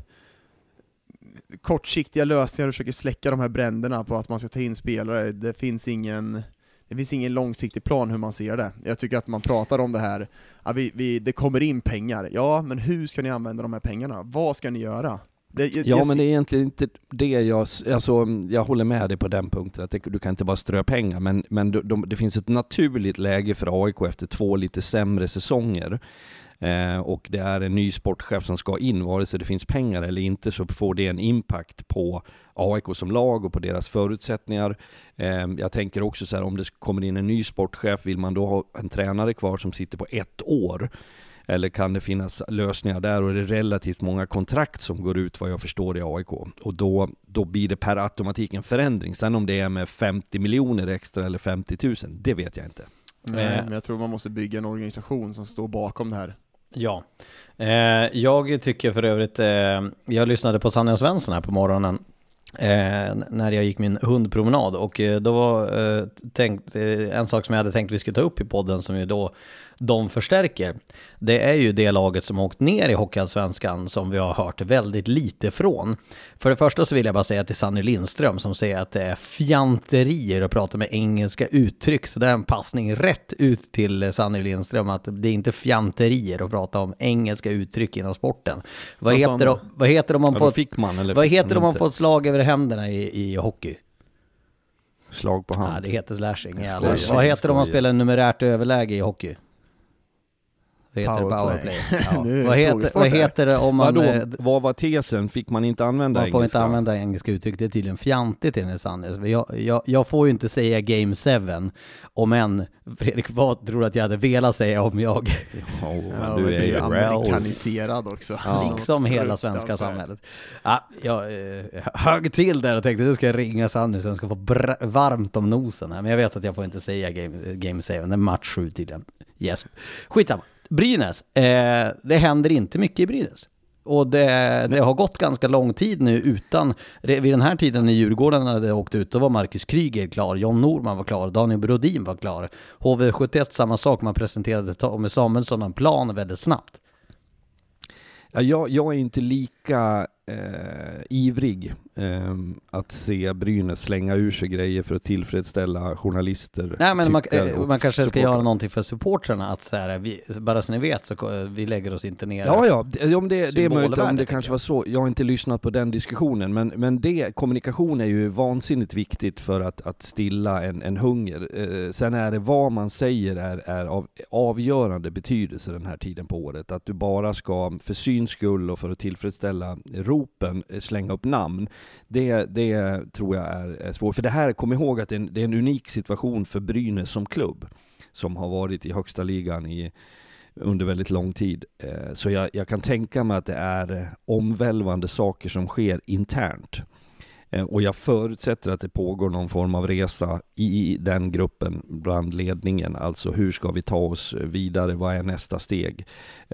kortsiktiga lösningar och försöker släcka de här bränderna på att man ska ta in spelare. Det finns ingen långsiktig plan hur man ser det. Jag tycker att man pratar om det här, det kommer in pengar. Ja, men hur ska ni använda de här pengarna? Vad ska ni göra? Men det är egentligen inte det jag håller med dig på den punkten, att du kan inte bara strö pengar, men det finns ett naturligt läge för AIK efter 2 lite sämre säsonger. Och det är en ny sportchef som ska in, vare sig det finns pengar eller inte, så får det en impact på AIK som lag och på deras förutsättningar. Jag tänker också så här, om det kommer in en ny sportchef, vill man då ha en tränare kvar som sitter på 1 år? Eller kan det finnas lösningar där, och det är relativt många kontrakt som går ut, vad jag förstår, i AIK. Och då blir det per automatik en förändring. Sen om det är med 50 miljoner extra eller 50 000, det vet jag inte. Nej, men jag tror man måste bygga en organisation som står bakom det här. Ja, jag tycker för övrigt, jag lyssnade på Sanne och Svensson här på morgonen när jag gick min hundpromenad, och då var en sak som jag hade tänkt vi skulle ta upp i podden, som ju då de förstärker, det är ju det laget som har åkt ner i Hockeyallsvenskan som vi har hört väldigt lite från. För det första så vill jag bara säga till Sanny Lindström, som säger att det är fjanterier att prata med engelska uttryck, så det är en passning rätt ut till Sanny Lindström, att det är inte fjanterier att prata om engelska uttryck inom sporten. Vad heter det om man får ett slag över händerna i hockey? Slag på hand. Ja, det heter slashing. Vad heter det om man spelar numerärt överläge i hockey? Det heter powerplay. Vad heter det om man... Vad var tesen? Fick man inte använda engelska? Man får inte använda engelska uttryck. Det är tydligen fjantigt enligt Sanders. Jag får ju inte säga Game 7, om än Fredrik, vad tror att jag hade velat säga om jag? Du är ju amerikaniserad också. Liksom hela svenska samhället. Jag högg till där och tänkte att du ska ringa Sanders, sen ska få varmt om nosen här. Men jag vet att jag får inte säga Game 7. Det är match 7 tiden. Yes. Skitsamma. Brynäs, det händer inte mycket i Brynäs. Och det har gått ganska lång tid nu utan, vid den här tiden när Djurgården hade åkt ut, då var Marcus Kryger klar, John Norman var klar, Daniel Brodin var klar. HV71 samma sak, man presenterade Tommy Samuelsson en plan väldigt snabbt. Ja, jag är inte lika ivrig att se Brynäs slänga ur sig grejer för att tillfredsställa journalister. Nej, men man kanske ska göra någonting för supportrarna, att så här, bara så ni vet så vi lägger oss inte ner. Ja, om det är möjligt, om det kanske var så. Jag har inte lyssnat på den diskussionen, men kommunikation är ju vansinnigt viktigt för att stilla en hunger. Sen är det vad man säger är av avgörande betydelse den här tiden på året. Att du bara ska för syns skull och för att tillfredsställa ropen slänga upp namn. Det tror jag är svårt. För det här, kom ihåg att det är en unik situation för Brynäs som klubb, som har varit i högsta ligan under väldigt lång tid. Så jag kan tänka mig att det är omvälvande saker som sker internt. Och jag förutsätter att det pågår någon form av resa i den gruppen bland ledningen. Alltså hur ska vi ta oss vidare? Vad är nästa steg?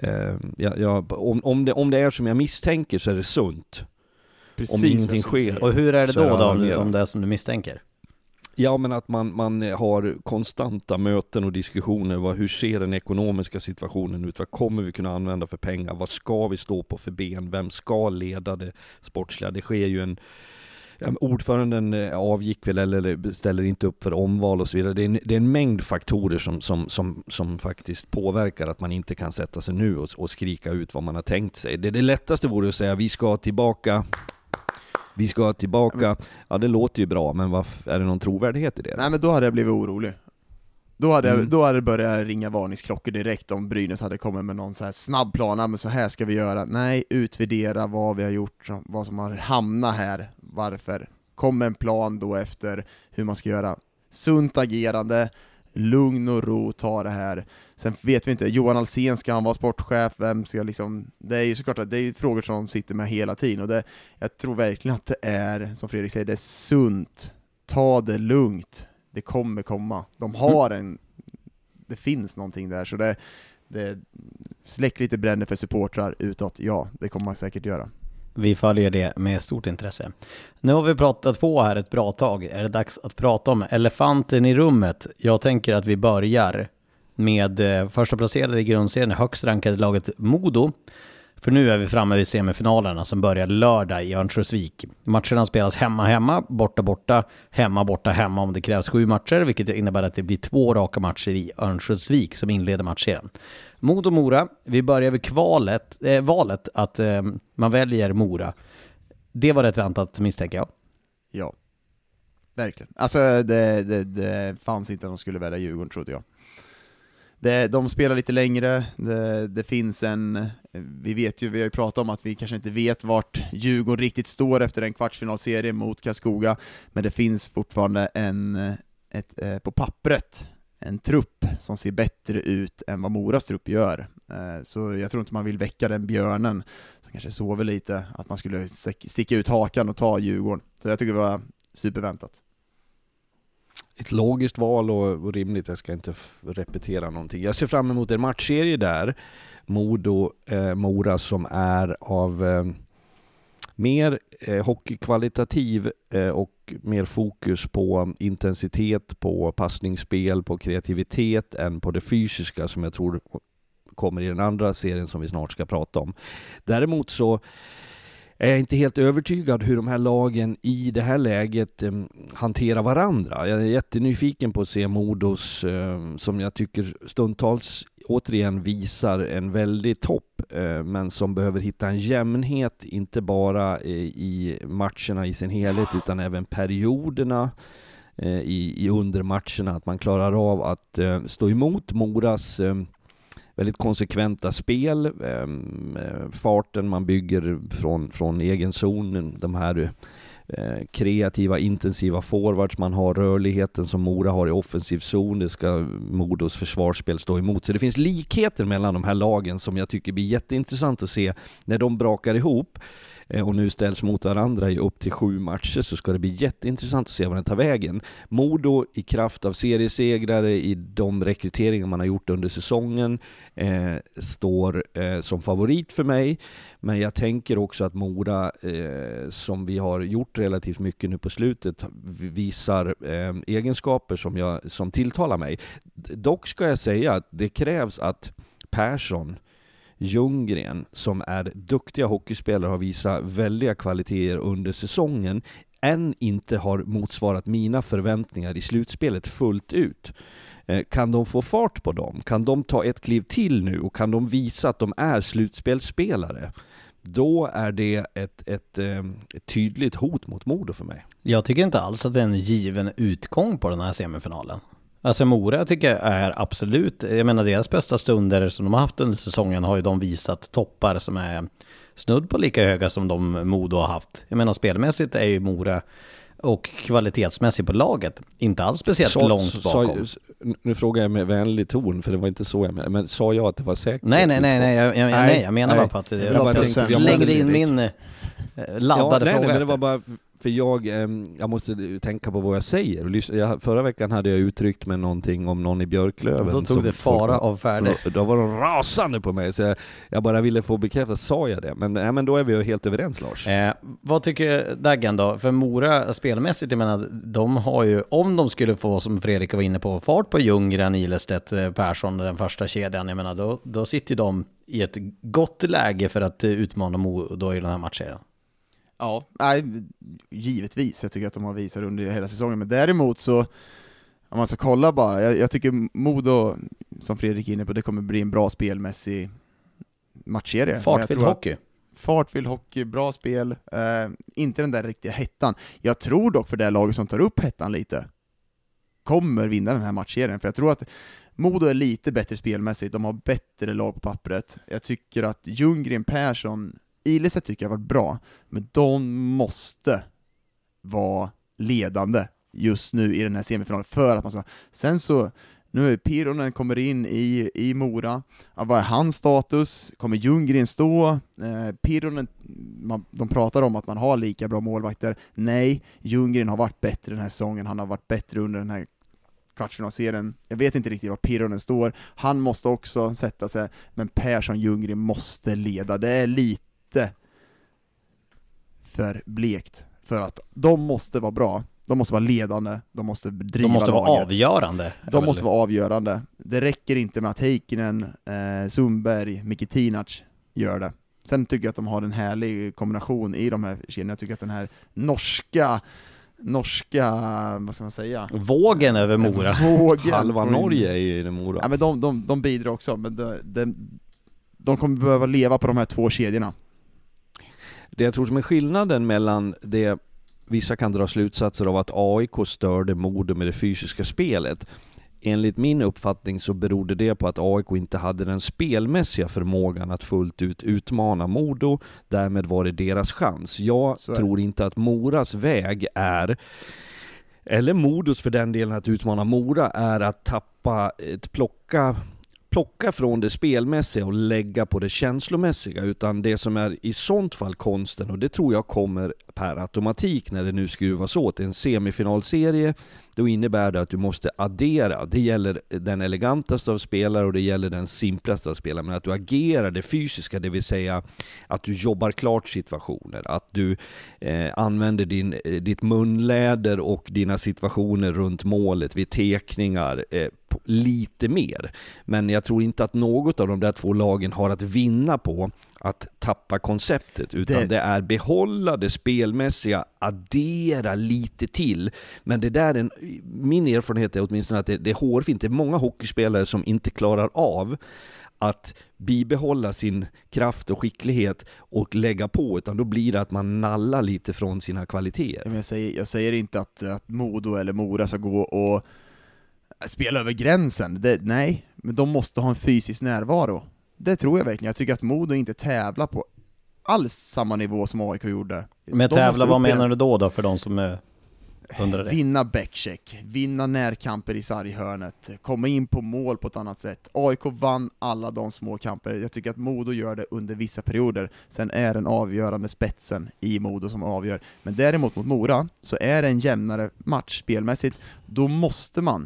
Om det är som jag misstänker så är det sunt. Precis, om ingenting sker. Och hur är det då om det är som du misstänker? Ja, men att man har konstanta möten och diskussioner. Hur ser den ekonomiska situationen ut? Vad kommer vi kunna använda för pengar? Vad ska vi stå på för ben? Vem ska leda det sportsliga? Det sker ju ordföranden avgick väl eller ställer inte upp för omval och så vidare. Det är en mängd faktorer som faktiskt påverkar att man inte kan sätta sig nu och skrika ut vad man har tänkt sig. Det lättaste vore att säga vi ska tillbaka Vi ska tillbaka, ja det låter ju bra, men är det någon trovärdighet i det? Nej, men då hade jag blivit orolig. Då hade det börjat ringa varningsklockor direkt om Brynäs hade kommit med någon så här snabb plan, men så här ska vi göra. Nej, utvärdera vad vi har gjort, vad som har hamnat här, varför. Kom en plan då efter hur man ska göra. Sunt agerande, lugn och ro, ta det här. Sen vet vi inte, Johan Alsen, ska han vara sportchef? Vem ska liksom, det är ju såklart att det är frågor som de sitter med hela tiden, och jag tror verkligen att det är, som Fredrik säger, det är sunt. Ta det lugnt. Det kommer komma. De har det finns någonting där, så det släck lite bränder för supportrar utåt. Ja, det kommer man säkert göra. Vi följer det med stort intresse. Nu har vi pratat på här ett bra tag. Är det dags att prata om elefanten i rummet? Jag tänker att vi börjar med första placerade i grundserien, högst rankade laget Modo. För nu är vi framme vid semifinalerna som börjar lördag i Örnsköldsvik. Matcherna spelas hemma, borta, hemma om det krävs 7 matcher, vilket innebär att det blir 2 raka matcher i Örnsköldsvik som inleder matchserien. Modo-Mora, vi börjar vid valet att man väljer Mora. Det var rätt väntat, misstänker jag. Ja, verkligen. Alltså det fanns inte att de skulle välja Djurgården, trodde jag. De spelar lite längre, det finns vi har ju pratat om att vi kanske inte vet vart Djurgården riktigt står efter en kvartsfinalserie mot Karlskoga, men det finns fortfarande på pappret en trupp som ser bättre ut än vad Moras trupp gör. Så jag tror inte man vill väcka den björnen som kanske sover lite, att man skulle sticka ut hakan och ta Djurgården. Så jag tycker det var superväntat. Ett logiskt val och rimligt, jag ska inte repetera någonting. Jag ser fram emot en matchserie där, Modo-Mora, som är av mer hockeykvalitativ och mer fokus på intensitet, på passningsspel, på kreativitet än på det fysiska som jag tror kommer i den andra serien som vi snart ska prata om. Däremot så är jag inte helt övertygad hur de här lagen i det här läget hanterar varandra. Jag är jättenyfiken på att se Modos, som jag tycker stundtals återigen visar en väldig topp, men som behöver hitta en jämnhet, inte bara i matcherna i sin helhet utan även perioderna i undermatcherna, att man klarar av att stå emot Moras väldigt konsekventa spel, farten man bygger från egen zon, de här kreativa, intensiva forwards, man har rörligheten som Mora har i offensiv zon, det ska Modos försvarsspel stå emot. Så det finns likheter mellan de här lagen som jag tycker blir jätteintressant att se när de brakar ihop och nu ställs mot varandra i upp till 7 matcher, så ska det bli jätteintressant att se vad den tar vägen. Modo i kraft av seriesegrare i de rekryteringar man har gjort under säsongen står som favorit för mig, men jag tänker också att Mora, som vi har gjort relativt mycket nu på slutet, visar egenskaper som tilltalar mig. Dock ska jag säga att det krävs att Persson, Ljunggren, som är duktiga hockeyspelare, har visat väldiga kvaliteter under säsongen, än inte har motsvarat mina förväntningar i slutspelet fullt ut. Kan de få fart på dem? Kan de ta ett kliv till nu? Och kan de visa att de är slutspelsspelare? Då är det ett tydligt hot mot Modo för mig. Jag tycker inte alls att det är en given utgång på den här semifinalen. Alltså Mora tycker jag är absolut, jag menar deras bästa stunder som de har haft under säsongen har ju de visat toppar som är snudd på lika höga som de Modo har haft. Jag menar spelmässigt är ju Mora och kvalitetsmässigt på laget inte alls speciellt långt bakom. Nu frågar jag med vänlig ton, för det var inte så jag menade, men sa jag att det var säkert? Nej, jag menar bara på att jag slängde in min laddade fråga. Men det var bara för jag måste tänka på vad jag säger. Förra veckan hade jag uttryckt med någonting om någon i Björklöven. Då tog det fara av färdig. Då var de rasande på mig, så jag bara ville få bekräftat, sa jag det. Men då är vi ju helt överens, Lars. Vad tycker Daggen då? För Mora spelmässigt, jag menar, de har ju, om de skulle få, som Fredrik var inne på, fart på Ljunggren, Ilestedt, Persson, den första kedjan, jag menar, då sitter de i ett gott läge för att utmana Modo i den här matchen. Ja, nej, givetvis. Jag tycker att de har visat under hela säsongen. Men däremot så, om man ska kolla bara, jag tycker Modo, som Fredrik är inne på, det kommer bli en bra spelmässig matchserie. Fartfylld hockey. fartfylld hockey, bra spel, inte den där riktiga hettan. Jag tror dock för det laget som tar upp hettan lite kommer vinna den här matchserien, för jag tror att Modo är lite bättre spelmässigt, de har bättre lag på pappret. Jag tycker att Ljunggren, Persson, Ilese tycker jag har varit bra, men de måste vara ledande just nu i den här semifinalen för att man ska... Sen så, nu är Pironen kommer in i Mora. Ja, vad är hans status? Kommer Ljunggren stå? Pironen, de pratar om att man har lika bra målvakter. Nej, Ljunggren har varit bättre den här säsongen. Han har varit bättre under den här kvartsfinalserien. Jag vet inte riktigt var Pironen står. Han måste också sätta sig, men Persson Ljunggren måste leda. Det är lite för blekt för att de måste vara bra. De måste vara ledande, de måste driva laget. De måste vara avgörande. De måste vara avgörande. Det räcker inte med att Heikkinen, Sundberg, Mikitinac gör det. Sen tycker jag att de har en härlig kombination i de här kedjorna. Jag tycker att den här norska, vad ska man säga? Vågen över Mora. Halva Norge är ju i Mora. Ja, men de bidrar också, men de kommer behöva leva på de här två kedjorna. Det jag tror som är skillnaden mellan det vissa kan dra slutsatser av att AIK störde Modo med det fysiska spelet. Enligt min uppfattning så berodde det på att AIK inte hade den spelmässiga förmågan att fullt ut utmana Modo. Därmed var det deras chans. Jag tror inte att Moras väg är, eller Modos för den delen att utmana Mora, är att plocka från det spelmässiga och lägga på det känslomässiga, utan det som är i sånt fall konsten, och det tror jag kommer per automatik när det nu skruvas åt en semifinalserie, då innebär det att du måste addera. Det gäller den elegantaste av spelare och det gäller den simplaste av spelare, men att du agerar det fysiska, det vill säga att du jobbar klart situationer, att du använder ditt munläder och dina situationer runt målet vid tekningar lite mer. Men jag tror inte att något av de där två lagen har att vinna på att tappa konceptet, utan det är behålla det spelmässiga, addera lite till. Men det där min erfarenhet är åtminstone att det är hårfint. Det är många hockeyspelare som inte klarar av att bibehålla sin kraft och skicklighet och lägga på, utan då blir det att man nallar lite från sina kvaliteter. Jag säger inte att Modo eller Mora ska gå och spela över gränsen. Nej, men de måste ha en fysisk närvaro. Det tror jag verkligen. Jag tycker att Modo inte tävlar på alls samma nivå som AIK gjorde. Men tävla, vad menar du då för de som undrar det? Vinna backcheck, vinna närkamper i sarghörnet, komma in på mål på ett annat sätt. AIK vann alla de små kamper. Jag tycker att Modo gör det under vissa perioder. Sen är den avgörande spetsen i Modo som avgör. Men däremot mot Mora så är det en jämnare match spelmässigt. Då måste man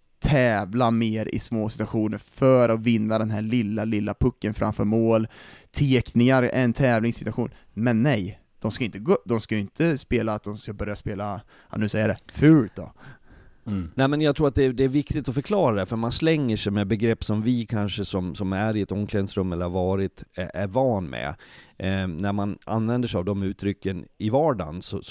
tävla mer i små situationer för att vinna den här lilla pucken framför mål. Tekningar är en tävlingssituation. Men nej, de ska inte spela att de ska börja spela, nu säger jag det, fult då. Nej, men jag tror att det är viktigt att förklara det, för man slänger sig med begrepp som vi kanske som är i ett omklädningsrum eller har varit är van med. När man använder sig av de uttrycken i vardagen så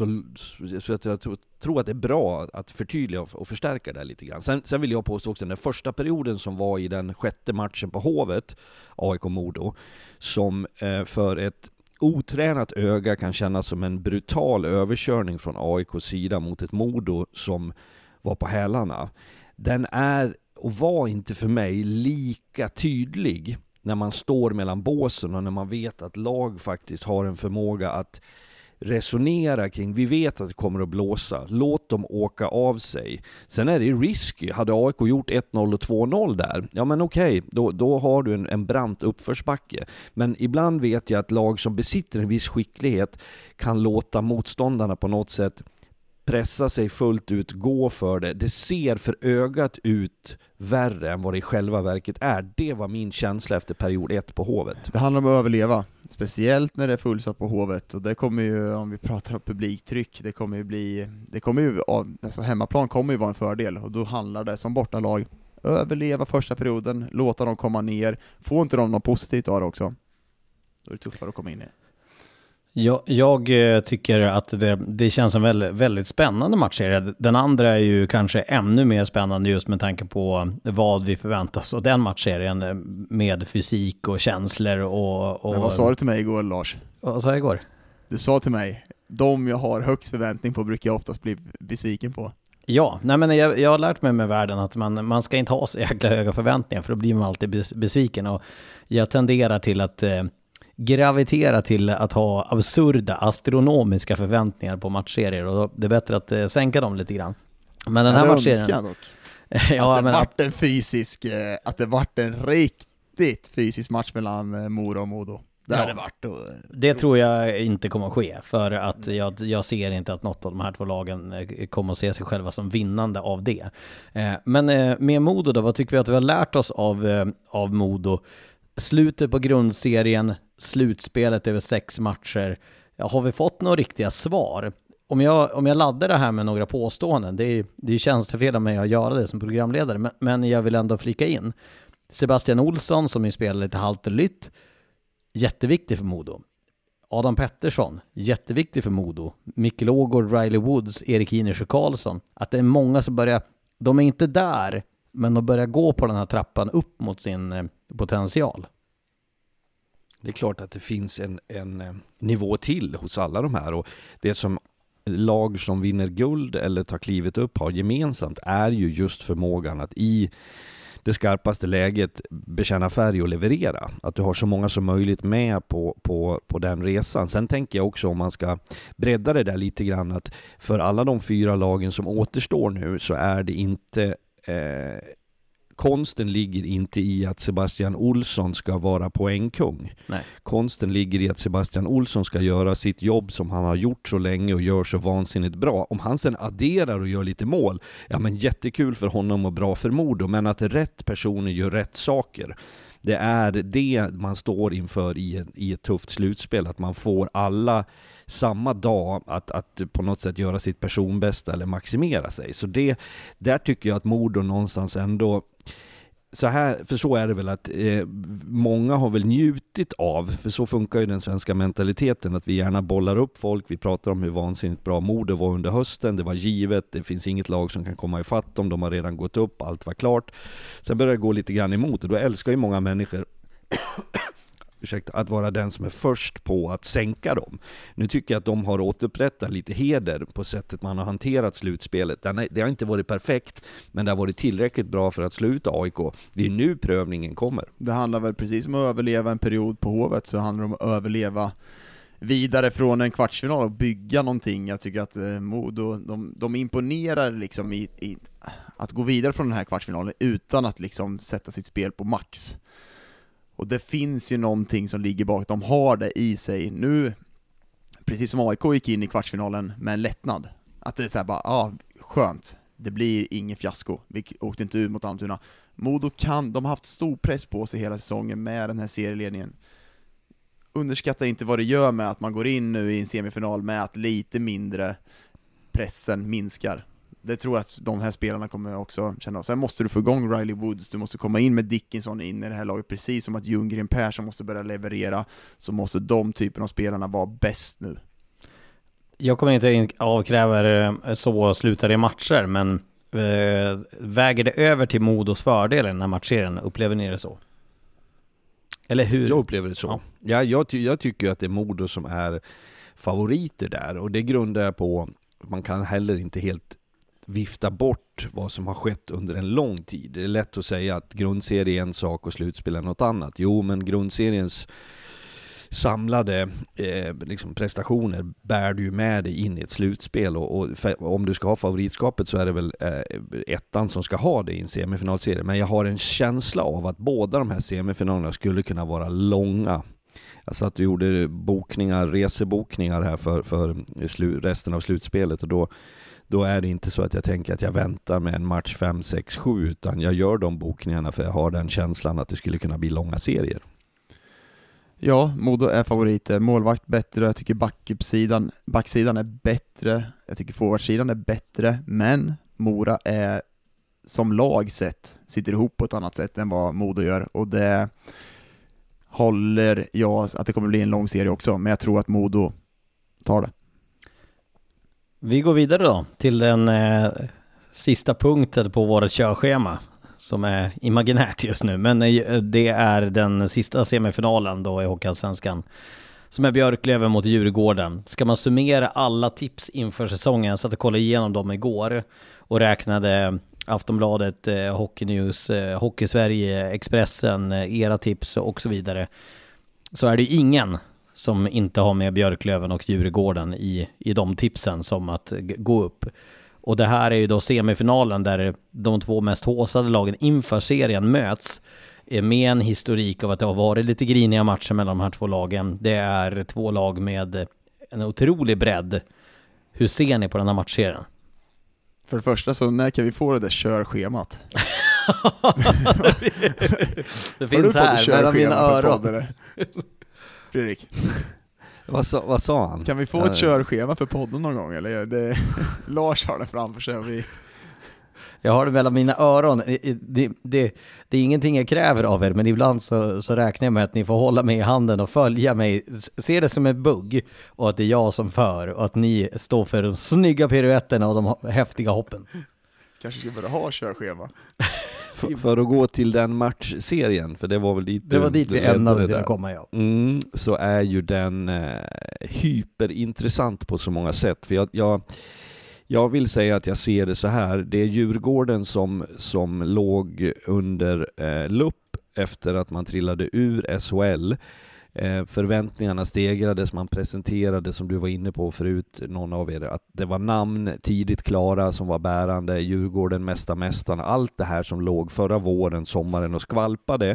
jag tror att det är bra att förtydliga och förstärka det lite grann. Sen vill jag påstå också den första perioden som var i den 6:e matchen på Hovet, AIK-Modo, som för ett otränat öga kan kännas som en brutal överkörning från AIKs sida mot ett Modo som var på hälarna. Den är och var inte för mig lika tydlig när man står mellan båsen och när man vet att lag faktiskt har en förmåga att resonera kring, vi vet att det kommer att blåsa, låt dem åka av sig. Sen är det risky. Hade AIK gjort 1-0 och 2-0 där, ja men okej, då har du en brant uppförsbacke. Men ibland vet jag att lag som besitter en viss skicklighet kan låta motståndarna på något sätt pressa sig fullt ut, gå för det. Det ser för ögat ut värre än vad det i själva verket är. Det var min känsla efter period 1 på Hovet. Det handlar om att överleva, speciellt när det är fullsatt på Hovet, och det kommer ju, om vi pratar om publiktryck, alltså hemmaplan kommer ju vara en fördel, och då handlar det som bortalag överleva första perioden, låta dem komma ner, får inte de något positivt av det också, då är det tuffare att komma in i. Jag tycker att det känns en väldigt spännande matchserie. Den andra är ju kanske ännu mer spännande just med tanke på vad vi förväntar oss av den matchserien med fysik och känslor och... Men vad sa du till mig igår, Lars? Vad sa jag igår? Du sa till mig, de jag har högst förväntning på brukar jag oftast bli besviken på. Ja, nej men jag har lärt mig med världen att man ska inte ha så jäkla höga förväntningar, för då blir man alltid besviken, och jag tenderar till att gravitera till att ha absurda astronomiska förväntningar på matchserier, och det är bättre att sänka dem lite grann. Men den här matchserien... Dock. Ja, att det vart en riktigt fysisk match mellan Mora och Modo. Det tror jag inte kommer att ske, för att jag ser inte att något av de här två lagen kommer att se sig själva som vinnande av det. Men med Modo då, vad tycker vi att vi har lärt oss av Modo? Slutet på grundserien, slutspelet över 6 matcher. Ja, har vi fått några riktiga svar? Om jag laddar det här med några påståenden, det är tjänstefel av mig att göra det som programledare, men jag vill ändå flika in. Sebastian Olsson, som ju spelar lite halt och lytt, jätteviktig för Modo. Adam Pettersson, jätteviktig för Modo. Mikkel Ågård, Riley Woods, Erik Hiners och Karlsson. Att det är många som börjar, de är inte där, men de börjar gå på den här trappan upp mot sin potential. Det är klart att det finns en nivå till hos alla de här, och det som lag som vinner guld eller tar klivet upp har gemensamt är ju just förmågan att i det skarpaste läget bekänna färg och leverera. Att du har så många som möjligt med på den resan. Sen tänker jag också, om man ska bredda det där lite grann, att för alla de 4 lagen som återstår nu så är det inte... konsten ligger inte i att Sebastian Olsson ska vara poängkung. Nej. Konsten ligger i att Sebastian Olsson ska göra sitt jobb som han har gjort så länge och gör så vansinnigt bra. Om han sen adderar och gör lite mål, ja men jättekul för honom och bra för Modo, men att rätt personer gör rätt saker. Det är det man står inför i ett tufft slutspel, att man får alla samma dag att på något sätt göra sitt personbästa eller maximera sig. Så där tycker jag att Modo någonstans ändå, så här, för så är det väl att många har väl njutit av, för så funkar ju den svenska mentaliteten, att vi gärna bollar upp folk. Vi pratar om hur vansinnigt bra Modo var under hösten, det var givet, det finns inget lag som kan komma ifatt dem, de har redan gått upp, allt var klart. Sen börjar det gå lite grann emot, och då älskar ju många människor att vara den som är först på att sänka dem. Nu tycker jag att de har återupprättat lite heder på sättet man har hanterat slutspelet. Det har inte varit perfekt, men det har varit tillräckligt bra för att sluta AIK. Det är nu prövningen kommer. Det handlar väl precis om att överleva en period på Hovet, så handlar det om att överleva vidare från en kvartsfinal och bygga någonting. Jag tycker att Modo, de imponerar liksom i att gå vidare från den här kvartsfinalen utan att liksom sätta sitt spel på max. Och det finns ju någonting som ligger bak. De har det i sig nu, precis som AIK gick in i kvartsfinalen med en lättnad. Att det är så här bara, skönt. Det blir ingen fiasko. Vi åkte inte ut mot Almtuna. Modo de har haft stor press på sig hela säsongen med den här serieledningen. Underskatta inte vad det gör med att man går in nu i en semifinal med att lite mindre pressen minskar. Det tror jag att de här spelarna kommer också känna. Sen måste du få igång Riley Woods, du måste komma in med Dickinson in i det här laget, precis som att Ljunggren Persson måste börja leverera, så måste de typen av spelarna vara bäst nu. Jag kommer inte avkräva så slutade matcher, men väger det över till Modos fördel när matchserien? Upplever ni det så? Eller hur? Jag upplever det så. Ja, jag tycker att det är Modo som är favoriter där, och det grundar jag på, man kan heller inte helt vifta bort vad som har skett under en lång tid. Det är lätt att säga att grundserie är en sak och slutspel är något annat. Jo, men grundseriens samlade liksom prestationer bär du med dig in i ett slutspel, och om du ska ha favoritskapet så är det väl ettan som ska ha det i en semifinalserie. Men jag har en känsla av att båda de här semifinalerna skulle kunna vara långa. Alltså att du gjorde resebokningar här för resten av slutspelet, och då är det inte så att jag tänker att jag väntar med en match 5, 6, 7, utan jag gör de bokningarna för jag har den känslan att det skulle kunna bli långa serier. Ja, Modo är favoriter. Målvakt bättre, jag tycker backsidan är bättre, jag tycker forwardsidan är bättre, men Mora är som lag sett sitter ihop på ett annat sätt än vad Modo gör, och det håller jag att det kommer bli en lång serie också, men jag tror att Modo tar det. Vi går vidare då till den sista punkten på vårt körschema som är imaginärt just nu, men det är den sista semifinalen då i Hockeyallsvenskan som är Björklöven mot Djurgården. Ska man summera alla tips inför säsongen, så att jag kollade igenom dem igår och räknade Aftonbladet, Hockey News, Hockey Sverige, Expressen, era tips och så vidare, så är det ingen som inte har med Björklöven och Djurgården i de tipsen som att gå upp. Och det här är ju då semifinalen där de två mest håsade lagen inför serien möts, med en historik av att det har varit lite griniga matcher mellan de här två lagen. Det är två lag med en otrolig bredd. Hur ser ni på den här matchserien? För det första, så när kan vi få det där körschemat? Det finns här mellan mina öron. Fredrik, Vad sa han? kan vi få ett körschema för podden någon gång? Eller Lars har det framför sig. Jag har det mellan mina öron. Det är ingenting jag kräver av er, men ibland så räknar jag med att ni får hålla mig i handen och följa mig. Se det som en bugg och att det är jag som för, och att ni står för de snygga piruetterna och de häftiga hoppen. Kanske ska börja ha körschema. För att gå till den matchserien, för det var väl dit vi ämnade till att komma, ja. Så är ju den hyperintressant på så många sätt. För jag vill säga att jag ser det så här. Det är Djurgården som låg under lupp efter att man trillade ur SHL. Förväntningarna stegrades, man presenterade, som du var inne på förut, någon av er, att det var namn tidigt klara som var bärande, Djurgården, mästarna, allt det här som låg förra våren, sommaren och skvalpade,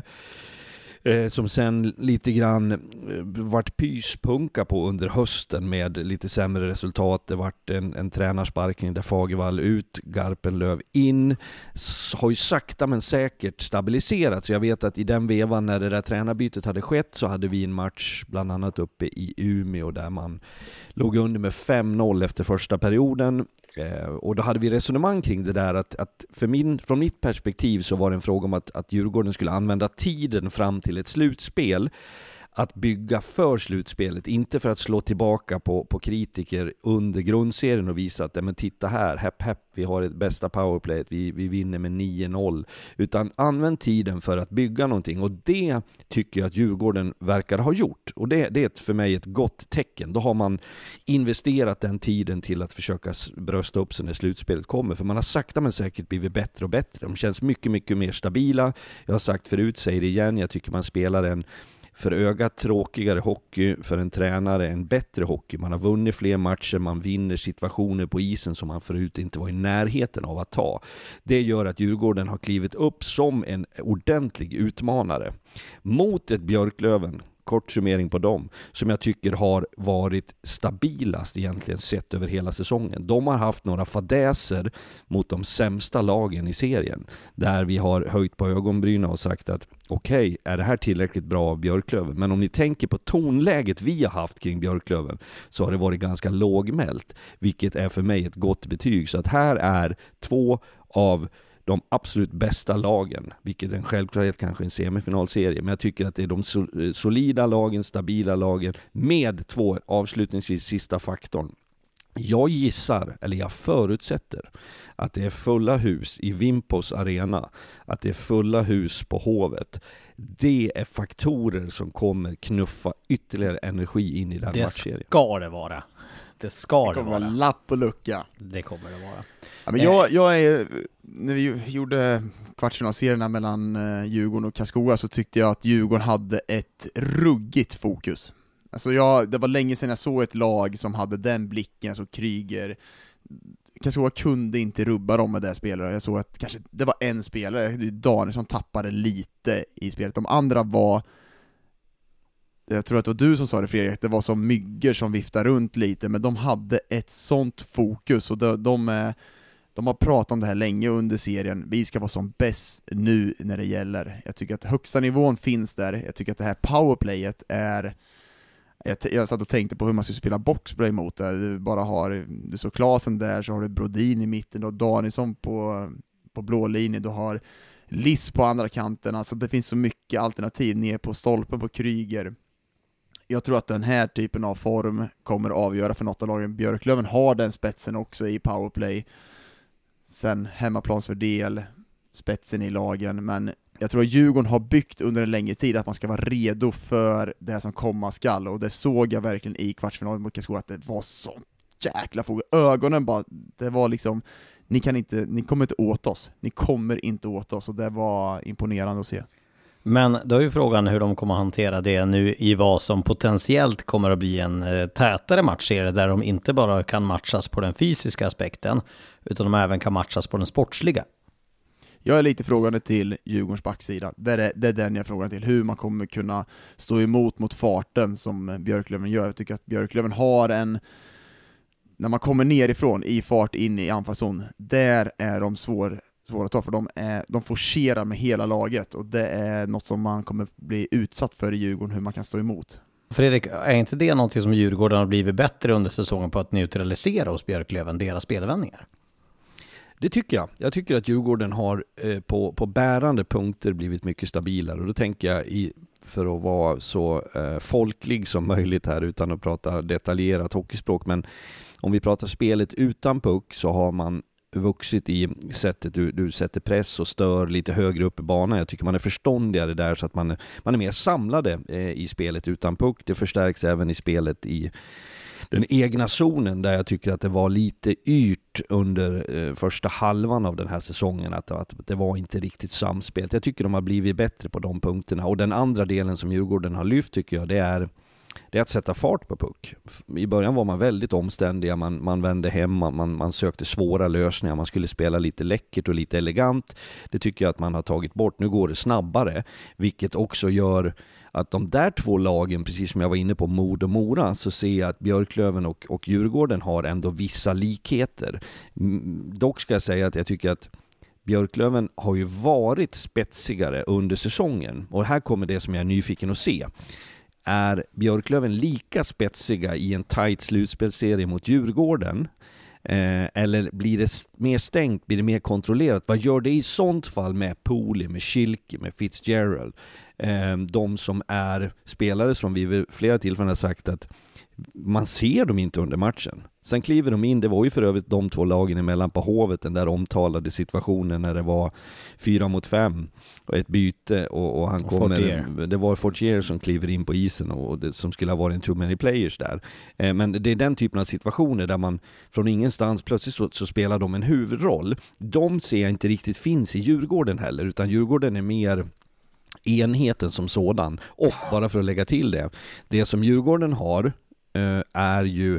som sen lite grann vart pyspunka på under hösten med lite sämre resultat. Det vart en tränarsparkning där Fagervall ut, Garpenlöv in, har ju sakta men säkert stabiliserat. Så jag vet att i den vevan när det där tränarbytet hade skett, så hade vi en match bland annat uppe i Umeå där man låg under med 5-0 efter första perioden. Och då hade vi resonemang kring det där att från mitt perspektiv så var det en fråga om att Djurgården skulle använda tiden fram till ett slutspel att bygga för slutspelet, inte för att slå tillbaka på kritiker under grundserien och visa att men titta här, hepp, vi har ett bästa powerplayet, vi vinner med 9-0, utan använd tiden för att bygga någonting, och det tycker jag att Djurgården verkar ha gjort, och det är för mig ett gott tecken. Då har man investerat den tiden till att försöka brösta upp sig när slutspelet kommer, för man har sakta men säkert blivit bättre och bättre. De känns mycket, mycket mer stabila. Jag har sagt förut, säger det igen, jag tycker man spelar en för ögat tråkigare hockey, för en tränare en bättre hockey. Man har vunnit fler matcher, man vinner situationer på isen som man förut inte var i närheten av att ta. Det gör att Djurgården har klivit upp som en ordentlig utmanare mot ett Björklöven. Kort summering på dem, som jag tycker har varit stabilast egentligen sett över hela säsongen. De har haft några fadäser mot de sämsta lagen i serien, där vi har höjt på ögonbrynen och sagt att okej, är det här tillräckligt bra av Björklöven? Men om ni tänker på tonläget vi har haft kring Björklöven, så har det varit ganska lågmält, vilket är för mig ett gott betyg. Så att här är två av de absolut bästa lagen, vilket är en självklarhet kanske en semifinalserie, men jag tycker att det är de solida lagen, stabila lagen, med två avslutningsvis sista faktorn. Jag gissar, eller jag förutsätter, att det är fulla hus i Vimpos arena, att det är fulla hus på Hovet. Det är faktorer som kommer knuffa ytterligare energi in i den matchserien. Det ska det vara. Det kommer vara lapp och lucka. Det kommer det vara. Ja, men jag är, när vi gjorde kvartsfinalserierna mellan Djurgården och Karlskoga, så tyckte jag att Djurgården hade ett ruggigt fokus. Alltså det var länge sedan jag såg ett lag som hade den blicken, alltså Kryger. Karlskoga kunde inte rubba dem med det spelare. Jag såg att kanske det var en spelare, Daniel, som tappade lite i spelet. De andra var, jag tror att det var du som sa det, Fredrik, det var som myggor som viftar runt lite, men de hade ett sånt fokus, och de har pratat om det här länge under serien. Vi ska vara som bäst nu när det gäller. Jag tycker att högsta nivån finns där. Jag tycker att det här powerplayet är... Jag satt och tänkte på hur man skulle spela boxplay mot det. Du så Klasen där, så har du Brodin i mitten, du har Danielsson på blå linje, du har Liss på andra kanten, alltså det finns så mycket alternativ ner på stolpen på Kryger. Jag tror att den här typen av form kommer att avgöra för något av lagen. Björklöven har den spetsen också i powerplay. Sen hemmaplansfördel, spetsen i lagen, men jag tror att Djurgården har byggt under en längre tid att man ska vara redo för det som komma skall, och det såg jag verkligen i kvartsfinalen mot Karlskoga, att det var sånt jäkla fråga. Ögonen bara, det var liksom, ni kommer inte åt oss. Ni kommer inte åt oss, och det var imponerande att se. Men då är ju frågan hur de kommer att hantera det nu i vad som potentiellt kommer att bli en tätare matchserie, där de inte bara kan matchas på den fysiska aspekten, utan de även kan matchas på den sportsliga. Jag är lite frågande till Djurgårdens backsida. Det är den jag frågar till. Hur man kommer kunna stå emot mot farten som Björklöven gör. Jag tycker att Björklöven har en... När man kommer nerifrån i fart in i anfallszon, där är de svåra att ta, för de forcerar med hela laget, och det är något som man kommer bli utsatt för i Djurgården, hur man kan stå emot. Fredrik, är inte det något som Djurgården har blivit bättre under säsongen på att neutralisera hos Björklöven, deras spelvändningar? Det tycker jag. Jag tycker att Djurgården har på bärande punkter blivit mycket stabilare, och då tänker jag för att vara så folklig som möjligt här utan att prata detaljerat hockeyspråk, men om vi pratar spelet utan puck, så har man vuxit i sättet du sätter press och stör lite högre upp i banan. Jag tycker man är förståndigare där, så att man är mer samlade i spelet utan puck. Det förstärks även i spelet i den egna zonen, där jag tycker att det var lite yrt under första halvan av den här säsongen, att det var inte riktigt samspelt. Jag tycker de har blivit bättre på de punkterna, och den andra delen som Djurgården har lyft, tycker jag, det är att sätta fart på puck. I början var man väldigt omständiga, man vände hem, man sökte svåra lösningar, man skulle spela lite läckert och lite elegant. Det tycker jag att man har tagit bort. Nu går det snabbare, vilket också gör att de där två lagen, precis som jag var inne på, Mod och Mora, så ser jag att Björklöven och Djurgården har ändå vissa likheter. Dock ska jag säga att jag tycker att Björklöven har ju varit spetsigare under säsongen, och här kommer det som jag är nyfiken att se. Är Björklöven lika spetsiga i en tight slutspelserie mot Djurgården? Eller blir det mer stängt, blir det mer kontrollerat? Vad gör det i sånt fall med Pooley, med Schilke, med Fitzgerald? De som är spelare som vi vid flera tillfällen har sagt att man ser dem inte under matchen. Sen kliver de in, det var ju för övrigt de två lagen emellan på Hovet, den där omtalade situationen när det var 4-5 och ett byte och han kommer, det var Fortier som kliver in på isen och det som skulle ha varit en too many players där. Men det är den typen av situationer där man från ingenstans plötsligt så spelar de en huvudroll. De ser jag inte riktigt finns i Djurgården heller, utan Djurgården är mer enheten som sådan. Och bara för att lägga till det som Djurgården har är ju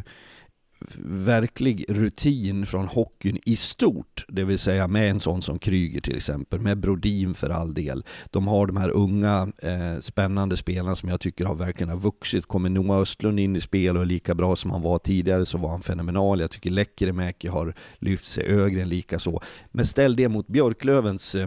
verklig rutin från hockeyn i stort, det vill säga med en sån som Kryger till exempel, med Brodin för all del. De har de här unga spännande spelarna som jag tycker verkligen har vuxit. Kommer Noah Östlund in i spel och är lika bra som han var tidigare, så var han fenomenal. Jag tycker Lekkerimäki har lyft sig, Ögren lika så. Men ställ det mot Björklövens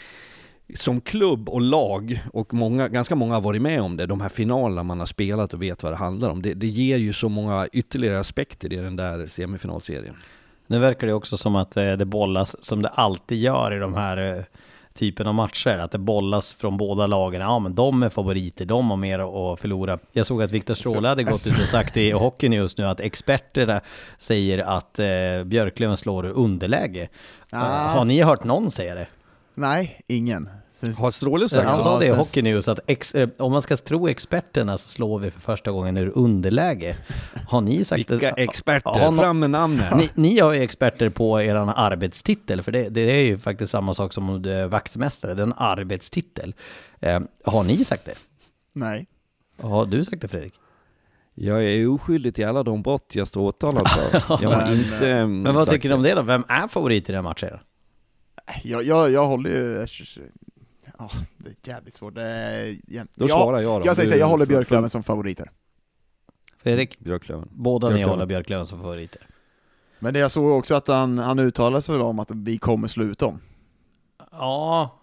som klubb och lag, och ganska många har varit med om det, de här finalerna man har spelat och vet vad det handlar om. Det ger ju så många ytterligare aspekter i den där semifinalserien. Nu verkar det också som att det bollas som det alltid gör i de här typen av matcher, att det bollas från båda lagen. Ja, men de är favoriter, de har mer att förlora. Jag såg att Viktor Stråle hade gått ut och sagt i hockeyn just nu att experterna säger att Björklöven slår underläge. Har ni hört någon säga det? Nej, ingen. Har Stråle sagt? Han sa det i Hockey News att om man ska tro experterna så slår vi för första gången ur underläge. Har ni sagt vilka experter? Fram med namnen. Ni har ju experter på er arbetstitel, för det är ju faktiskt samma sak som om du är vaktmästare, det är en arbetstitel. Har ni sagt det? Nej. Har du sagt det, Fredrik? Jag är oskyldig till alla de brott jag står åtalad för. Men vad tycker du om det då? Vem är favorit i den matchen? Jag håller ju... det är jävligt svårt. Då svarar jag då. Jag säger jag håller Björklöven som favoriter. Fredrik? Björklöven. Båda ni håller Björklöven som favoriter. Men det jag såg också att han uttalade sig om att vi kommer sluta om. Ja.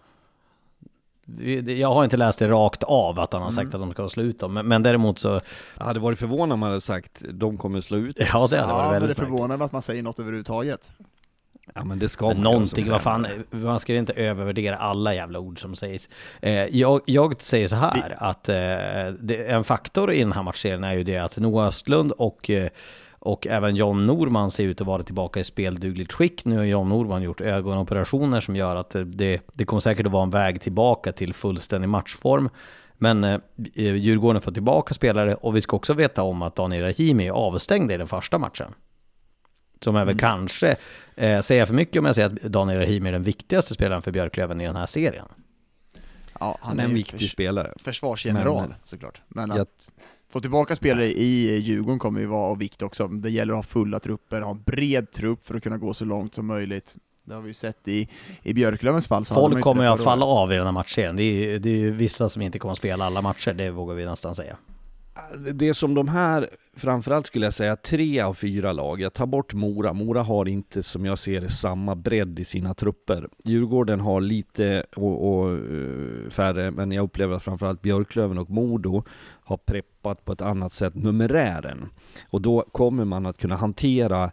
Jag har inte läst det rakt av att han har sagt att de ska sluta om. Men däremot så... Jag hade varit förvånad om man hade sagt de kommer slå ut. Ja, det hade varit väldigt men det förvånar mig att man säger något överhuvudtaget. Ja, men det ska Men man någonting, göra vad som fan, tränare. man ska ju inte övervärdera alla jävla ord som sägs. Jag säger så här, att en faktor i den här matchserien är ju det att Noah Östlund och även John Norman ser ut att vara tillbaka i speldugligt skick. Nu har John Norman gjort ögonoperationer som gör att det kommer säkert att vara en väg tillbaka till fullständig matchform. Men Djurgården får tillbaka spelare, och vi ska också veta om att Daniel Rahimi är avstängd i den första matchen. Som är väl kanske, säger för mycket om jag säger att Daniel Rahimi är den viktigaste spelaren för Björklöven i den här serien. Ja, Han är en viktig spelare. Försvarsgeneral såklart. Men att få tillbaka spelare i Djurgården kommer ju vara av vikt också. Det gäller att ha fulla trupper, ha en bred trupp för att kunna gå så långt som möjligt. Det har vi ju sett i Björklövens fall. Så folk kommer ju att falla av i den här matchen. Det är ju vissa som inte kommer att spela alla matcher, det vågar vi nästan säga. Det som de här, framförallt skulle jag säga 3 av 4 lag, jag tar bort Mora. Mora har inte, som jag ser det, samma bredd i sina trupper. Djurgården har lite och färre, men jag upplever att framförallt Björklöven och Modo har preppat på ett annat sätt numerären. Och då kommer man att kunna hantera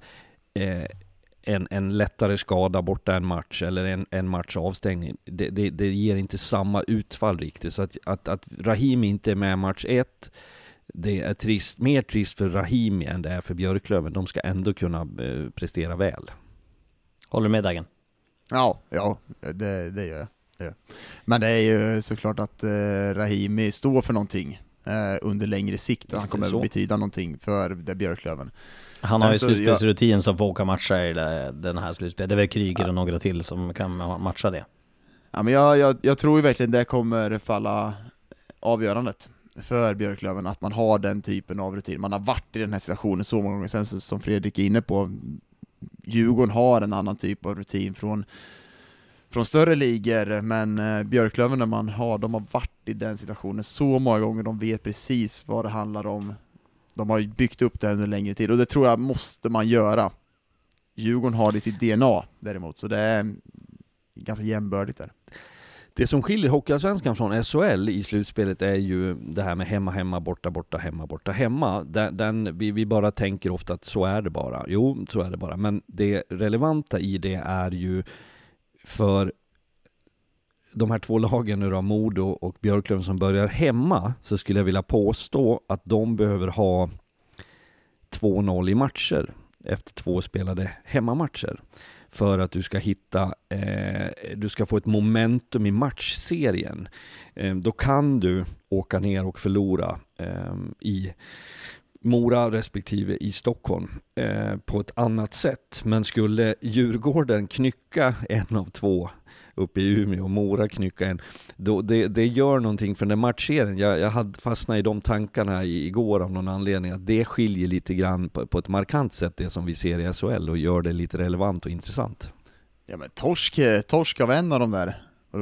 en lättare skada borta en match eller en match avstängning. Det ger inte samma utfall riktigt. Så att Rahimi inte är med match 1, det är trist, mer trist för Rahimi än det är för Björklöven. De ska ändå kunna prestera väl. Håller du med, Dagen? Ja, det gör jag. Men det är ju såklart att Rahimi står för någonting under längre sikt. Han kommer att betyda någonting för det Björklöven. Han har ju slutspelsrutin som får åka matcha i den här slutspelet. Det är väl Kryger och några till som kan matcha det. Ja, men jag tror ju verkligen det kommer falla avgörandet för Björklöven, att man har den typen av rutin. Man har varit i den här situationen så många gånger sen, som Fredrik är inne på. Djurgården har en annan typ av rutin från större ligor, men Björklöven de har varit i den situationen så många gånger, de vet precis vad det handlar om. De har ju byggt upp det under längre tid, och det tror jag måste man göra. Djurgården har det i sitt DNA däremot, så det är ganska jämbördigt där. Det som skiljer Hockeyallsvenskan från SHL i slutspelet är ju det här med hemma, borta, hemma. Vi bara tänker ofta att så är det bara. Jo, så är det bara. Men det relevanta i det är ju för de här 2 lagen nu då, Modo och Björklöven, som börjar hemma, så skulle jag vilja påstå att de behöver ha 2-0 i matcher efter 2 spelade hemmamatcher. För att du ska du ska få ett momentum i matchserien. Då kan du åka ner och förlora i Mora respektive i Stockholm på ett annat sätt. Men skulle Djurgården knycka en av 2 uppe i Umeå och Mora knycka en, då det gör någonting för den matchserien. Jag hade fastnat i de tankarna igår av någon anledning, att det skiljer lite grann på ett markant sätt det som vi ser i SHL och gör det lite relevant och intressant. Ja, men torsk av en av dem där, och du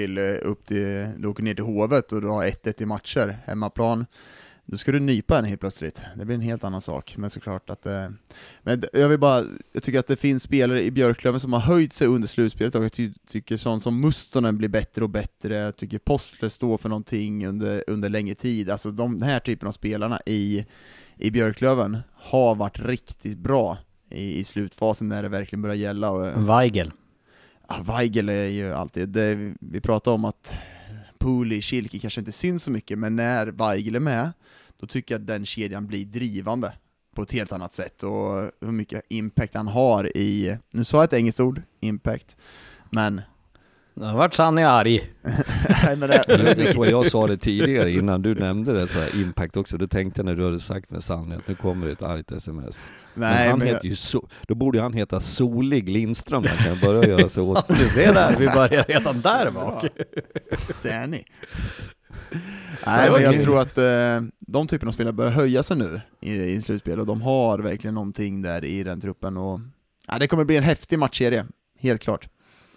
åker ner till Hovet och du har 1-1 i matcher, hemmaplan. Då ska du nypa en helt plötsligt. Det blir en helt annan sak. Men såklart att men jag tycker att det finns spelare i Björklöven som har höjt sig under slutspelet, och jag tycker sånt som Mustonen blir bättre och bättre. Jag tycker Postler står för någonting under längre tid. Alltså den här typen av spelarna i Björklöven har varit riktigt bra i slutfasen när det verkligen börjar gälla. Weigel. Ja, Weigel är ju alltid vi pratar om att Pooley, Kilke kanske inte syns så mycket, men när Weigel är med, då tycker jag att den kedjan blir drivande på ett helt annat sätt, och hur mycket impact han har nu sa jag ett engelskt ord, impact, men det har varit Sanny arg. Jag tror jag sa det tidigare innan du nämnde det, så här impact också. Du tänkte när du hade sagt med Sanny att nu kommer ett argt sms. Nej, men heter ju då borde han heta Solig Lindström. Jag kan börja göra så åt. Du ser där, vi börjar redan där bak. Sanny. Nej, men jag tror att de typerna av spelare börjar höja sig nu i slutspel, och de har verkligen någonting där i den truppen, och det kommer bli en häftig matchserie, helt klart.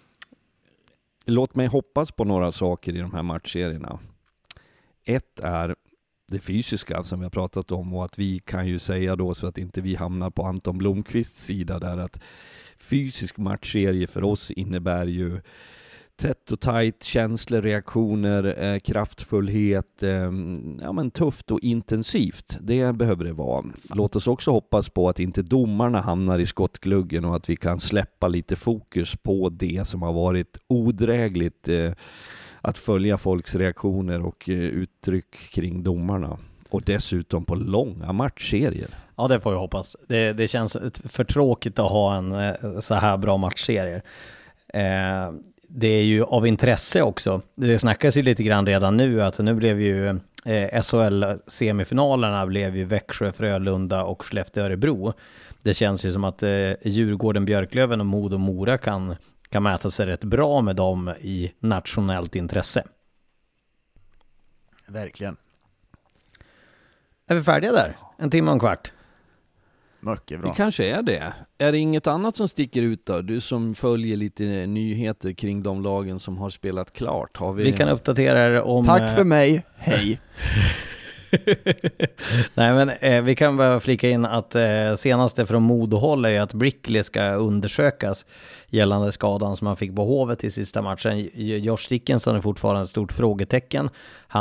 Låt mig hoppas på några saker i de här matchserierna. Ett är det fysiska som vi har pratat om, och att vi kan ju säga då, så att inte vi hamnar på Anton Blomqvists sida där, att fysisk matchserie för oss innebär ju tätt och tajt, känslor, reaktioner, kraftfullhet, men tufft och intensivt. Det behöver det vara. Låt oss också hoppas på att inte domarna hamnar i skottgluggen och att vi kan släppa lite fokus på det som har varit odrägligt, att följa folks reaktioner och uttryck kring domarna. Och dessutom på långa matchserier. Ja, det får jag hoppas. Det känns för tråkigt att ha en så här bra matchserie. Det är ju av intresse också. Det snackas ju lite grann redan nu att nu blev ju SHL-semifinalerna blev ju Växjö, Frölunda och Skellefteå-Örebro. Det känns ju som att Djurgården, Björklöven och Modo Mora kan mäta sig rätt bra med dem i nationellt intresse. Verkligen. Är vi färdiga där? 1 timme och en kvart. Mycket bra. Det kanske är det. Är det inget annat som sticker ut då? Du som följer lite nyheter kring de lagen som har spelat klart. Har vi kan uppdatera er om... Tack för mig, hej! Nej, men vi kan bara flika in att senaste från Modohåll är att Brickley ska undersökas gällande skadan som han fick på Hovet i sista matchen. Josh Dickinson är fortfarande ett stort frågetecken.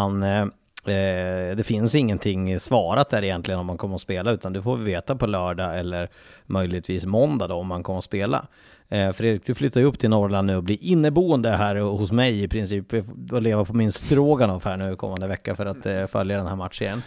Det finns ingenting svarat där egentligen om man kommer att spela, utan det får vi veta på lördag eller möjligtvis måndag då om man kommer att spela. Fredrik, du flyttar ju upp till Norrland nu och blir inneboende här hos mig i princip och leva på min stroganoff här nu kommande vecka för att följa den här matchen.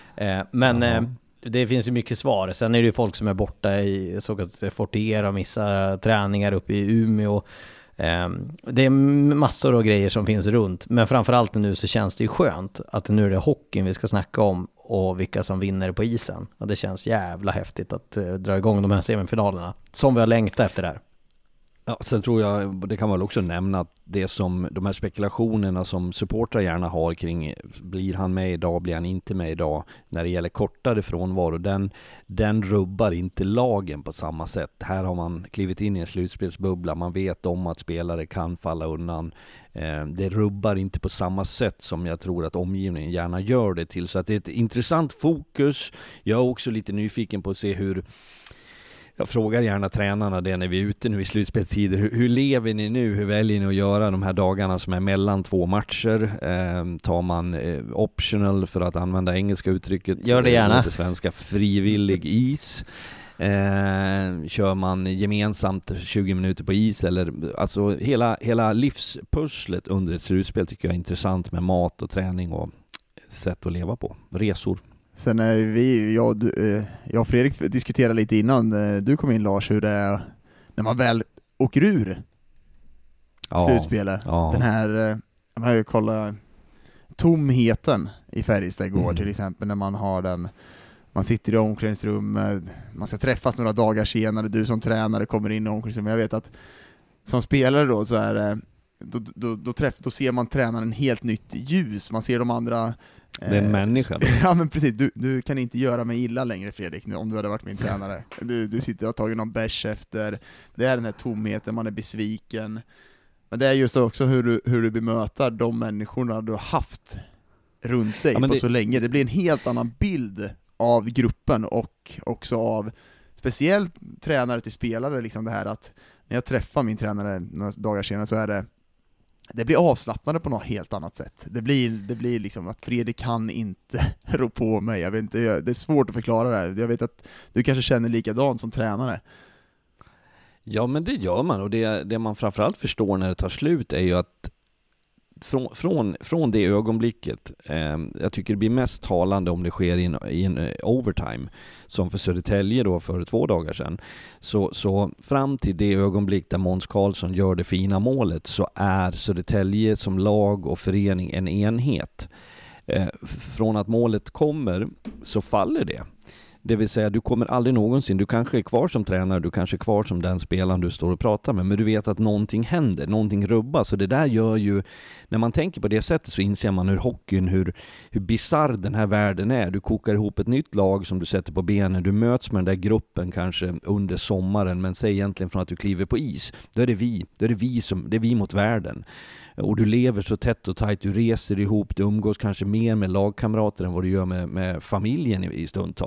Det finns ju mycket svar. Sen är det ju folk som är borta i så att Fortier och missa träningar uppe i Umeå. Det är massor av grejer som finns runt, men framförallt nu så känns det ju skönt att nu är det hockeyn vi ska snacka om och vilka som vinner på isen. Och det känns jävla häftigt att dra igång de här semifinalerna som vi har längtat efter där. Ja, sen tror jag, det kan man väl också nämna att det som, de här spekulationerna som supportrar gärna har kring blir han med idag, blir han inte med idag, när det gäller kortare frånvaro, den rubbar inte lagen på samma sätt. Här har man klivit in i en slutspelsbubbla, man vet om att spelare kan falla undan. Det rubbar inte på samma sätt som jag tror att omgivningen gärna gör det till, så att det är ett intressant fokus. Jag är också lite nyfiken på att se hur, jag frågar gärna tränarna det när vi är ute nu i slutspelstider. Hur lever ni nu? Hur väljer ni att göra de här dagarna som är mellan 2 matcher? Tar man optional, för att använda engelska uttrycket? Gör det gärna. Det svenska frivillig is. Kör man gemensamt 20 minuter på is? Eller, alltså hela livspusslet under ett slutspel tycker jag är intressant, med mat och träning och sätt att leva på. Resor. Sen är jag och Fredrik diskuterade lite innan du kom in, Lars, hur det är när man väl åker ur slutspelet. Ja. Den här, man har ju kollat tomheten i Färjestad igår till exempel, när man har den, man sitter i omklädningsrummet, man ska träffas några dagar senare, du som tränare kommer in i omklädningsrummet. Jag vet att som spelare då så är det, då ser man tränaren helt nytt ljus, man ser de andra. Det är en människa då. Ja, men precis, du kan inte göra mig illa längre, Fredrik, nu, om du hade varit min tränare. Du sitter och har tagit någon bärs efter. Det är den här tomheten, man är besviken. Men det är just också hur du bemöter de människorna du har haft runt dig på så länge. Det blir en helt annan bild av gruppen och också av speciellt tränare till spelare, liksom det här att när jag träffar min tränare några dagar senare så är det blir avslappnande på något helt annat sätt. Det blir liksom att Fredrik kan inte rå på mig. Jag vet inte, det är svårt att förklara det här. Jag vet att du kanske känner likadant som tränare. Ja, men det gör man, och det man framförallt förstår när det tar slut är ju att från det ögonblicket, jag tycker det blir mest talande om det sker i en overtime, som för Södertälje då för 2 dagar sedan, så fram till det ögonblick där Måns Karlsson gör det fina målet, så är Södertälje som lag och förening en enhet. Från att målet kommer så faller det. Det vill säga, du kommer aldrig någonsin, du kanske är kvar som tränare, du kanske är kvar som den spelaren du står och pratar med, men du vet att någonting händer, någonting rubbas, och det där gör ju, när man tänker på det sättet så inser man hur hockeyn, hur bizarr den här världen är. Du kokar ihop ett nytt lag som du sätter på benen, du möts med den där gruppen kanske under sommaren, men säg egentligen från att du kliver på is, då är det vi mot världen. Och du lever så tätt och tajt, du reser ihop, du umgås kanske mer med lagkamrater än vad du gör med familjen i stundtals.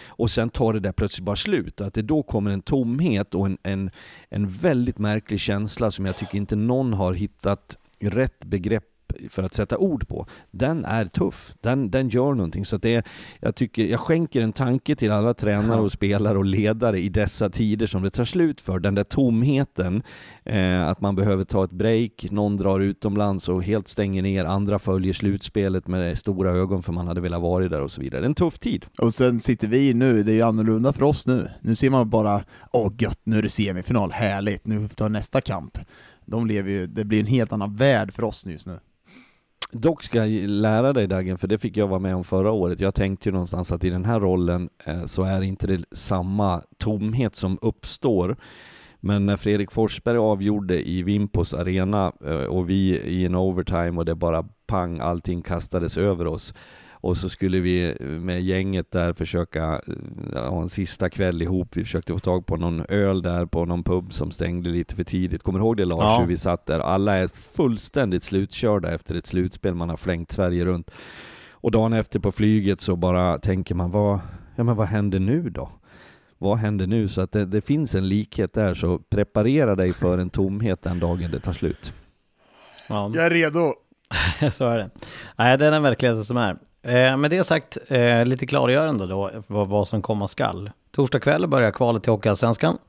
och sen tar det där plötsligt bara slut. Att det då kommer en tomhet och en väldigt märklig känsla som jag tycker inte någon har hittat rätt begrepp för att sätta ord på. Den är tuff. Den gör någonting. Så att jag skänker en tanke till alla tränare och spelare och ledare i dessa tider som det tar slut för. Den där tomheten, att man behöver ta ett break, någon drar utomlands och helt stänger ner, andra följer slutspelet med stora ögon för man hade velat vara där och så vidare. Det är en tuff tid. Och sen sitter vi nu, det är ju annorlunda för oss nu. Nu ser man bara, gött, nu är det semifinal, härligt, nu tar nästa kamp. De lever ju, det blir en helt annan värld för oss just nu. Dock ska jag lära dig, Dagen, för det fick jag vara med om förra året. Jag tänkte ju någonstans att i den här rollen så är inte det samma tomhet som uppstår. Men när Fredrik Forsberg avgjorde i Vimpos arena och vi i en overtime och det bara pang, allting kastades över oss. Och så skulle vi med gänget där försöka ha en sista kväll ihop. Vi försökte få tag på någon öl där på någon pub som stängde lite för tidigt. Kommer du ihåg det, Lars? Ja. Hur vi satt där. Alla är fullständigt slutkörda efter ett slutspel. Man har flängt Sverige runt. Och dagen efter på flyget så bara tänker man, vad händer nu då? Vad händer nu? Så att det finns en likhet där. Så preparera dig för en tomhet den dagen det tar slut. Ja. Jag är redo! Så är det. Nej, det är den verkligheten som är. Med det sagt, lite klargörande då vad som komma skall. Torsdag kväll börjar kvalet till Hockeyallsvenskan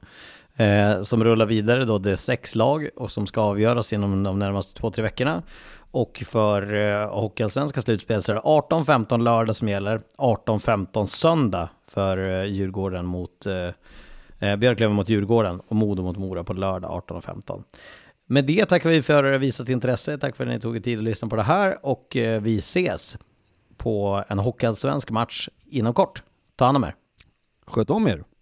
som rullar vidare då. Det är 6 lag och som ska avgöras inom de närmaste 2-3 veckorna. Och för Hockeyallsvenska slutspel så är det 18-15 lördag som gäller, 18-15 söndag för Djurgården mot Björklöven mot Djurgården och Modo mot Mora på lördag 18-15. Med det tackar vi för visat intresse. Tack för att ni tog er tid att lyssna på det här och vi ses på en hockeyallsvensk match inom kort. Ta hand om er. Sköt om er.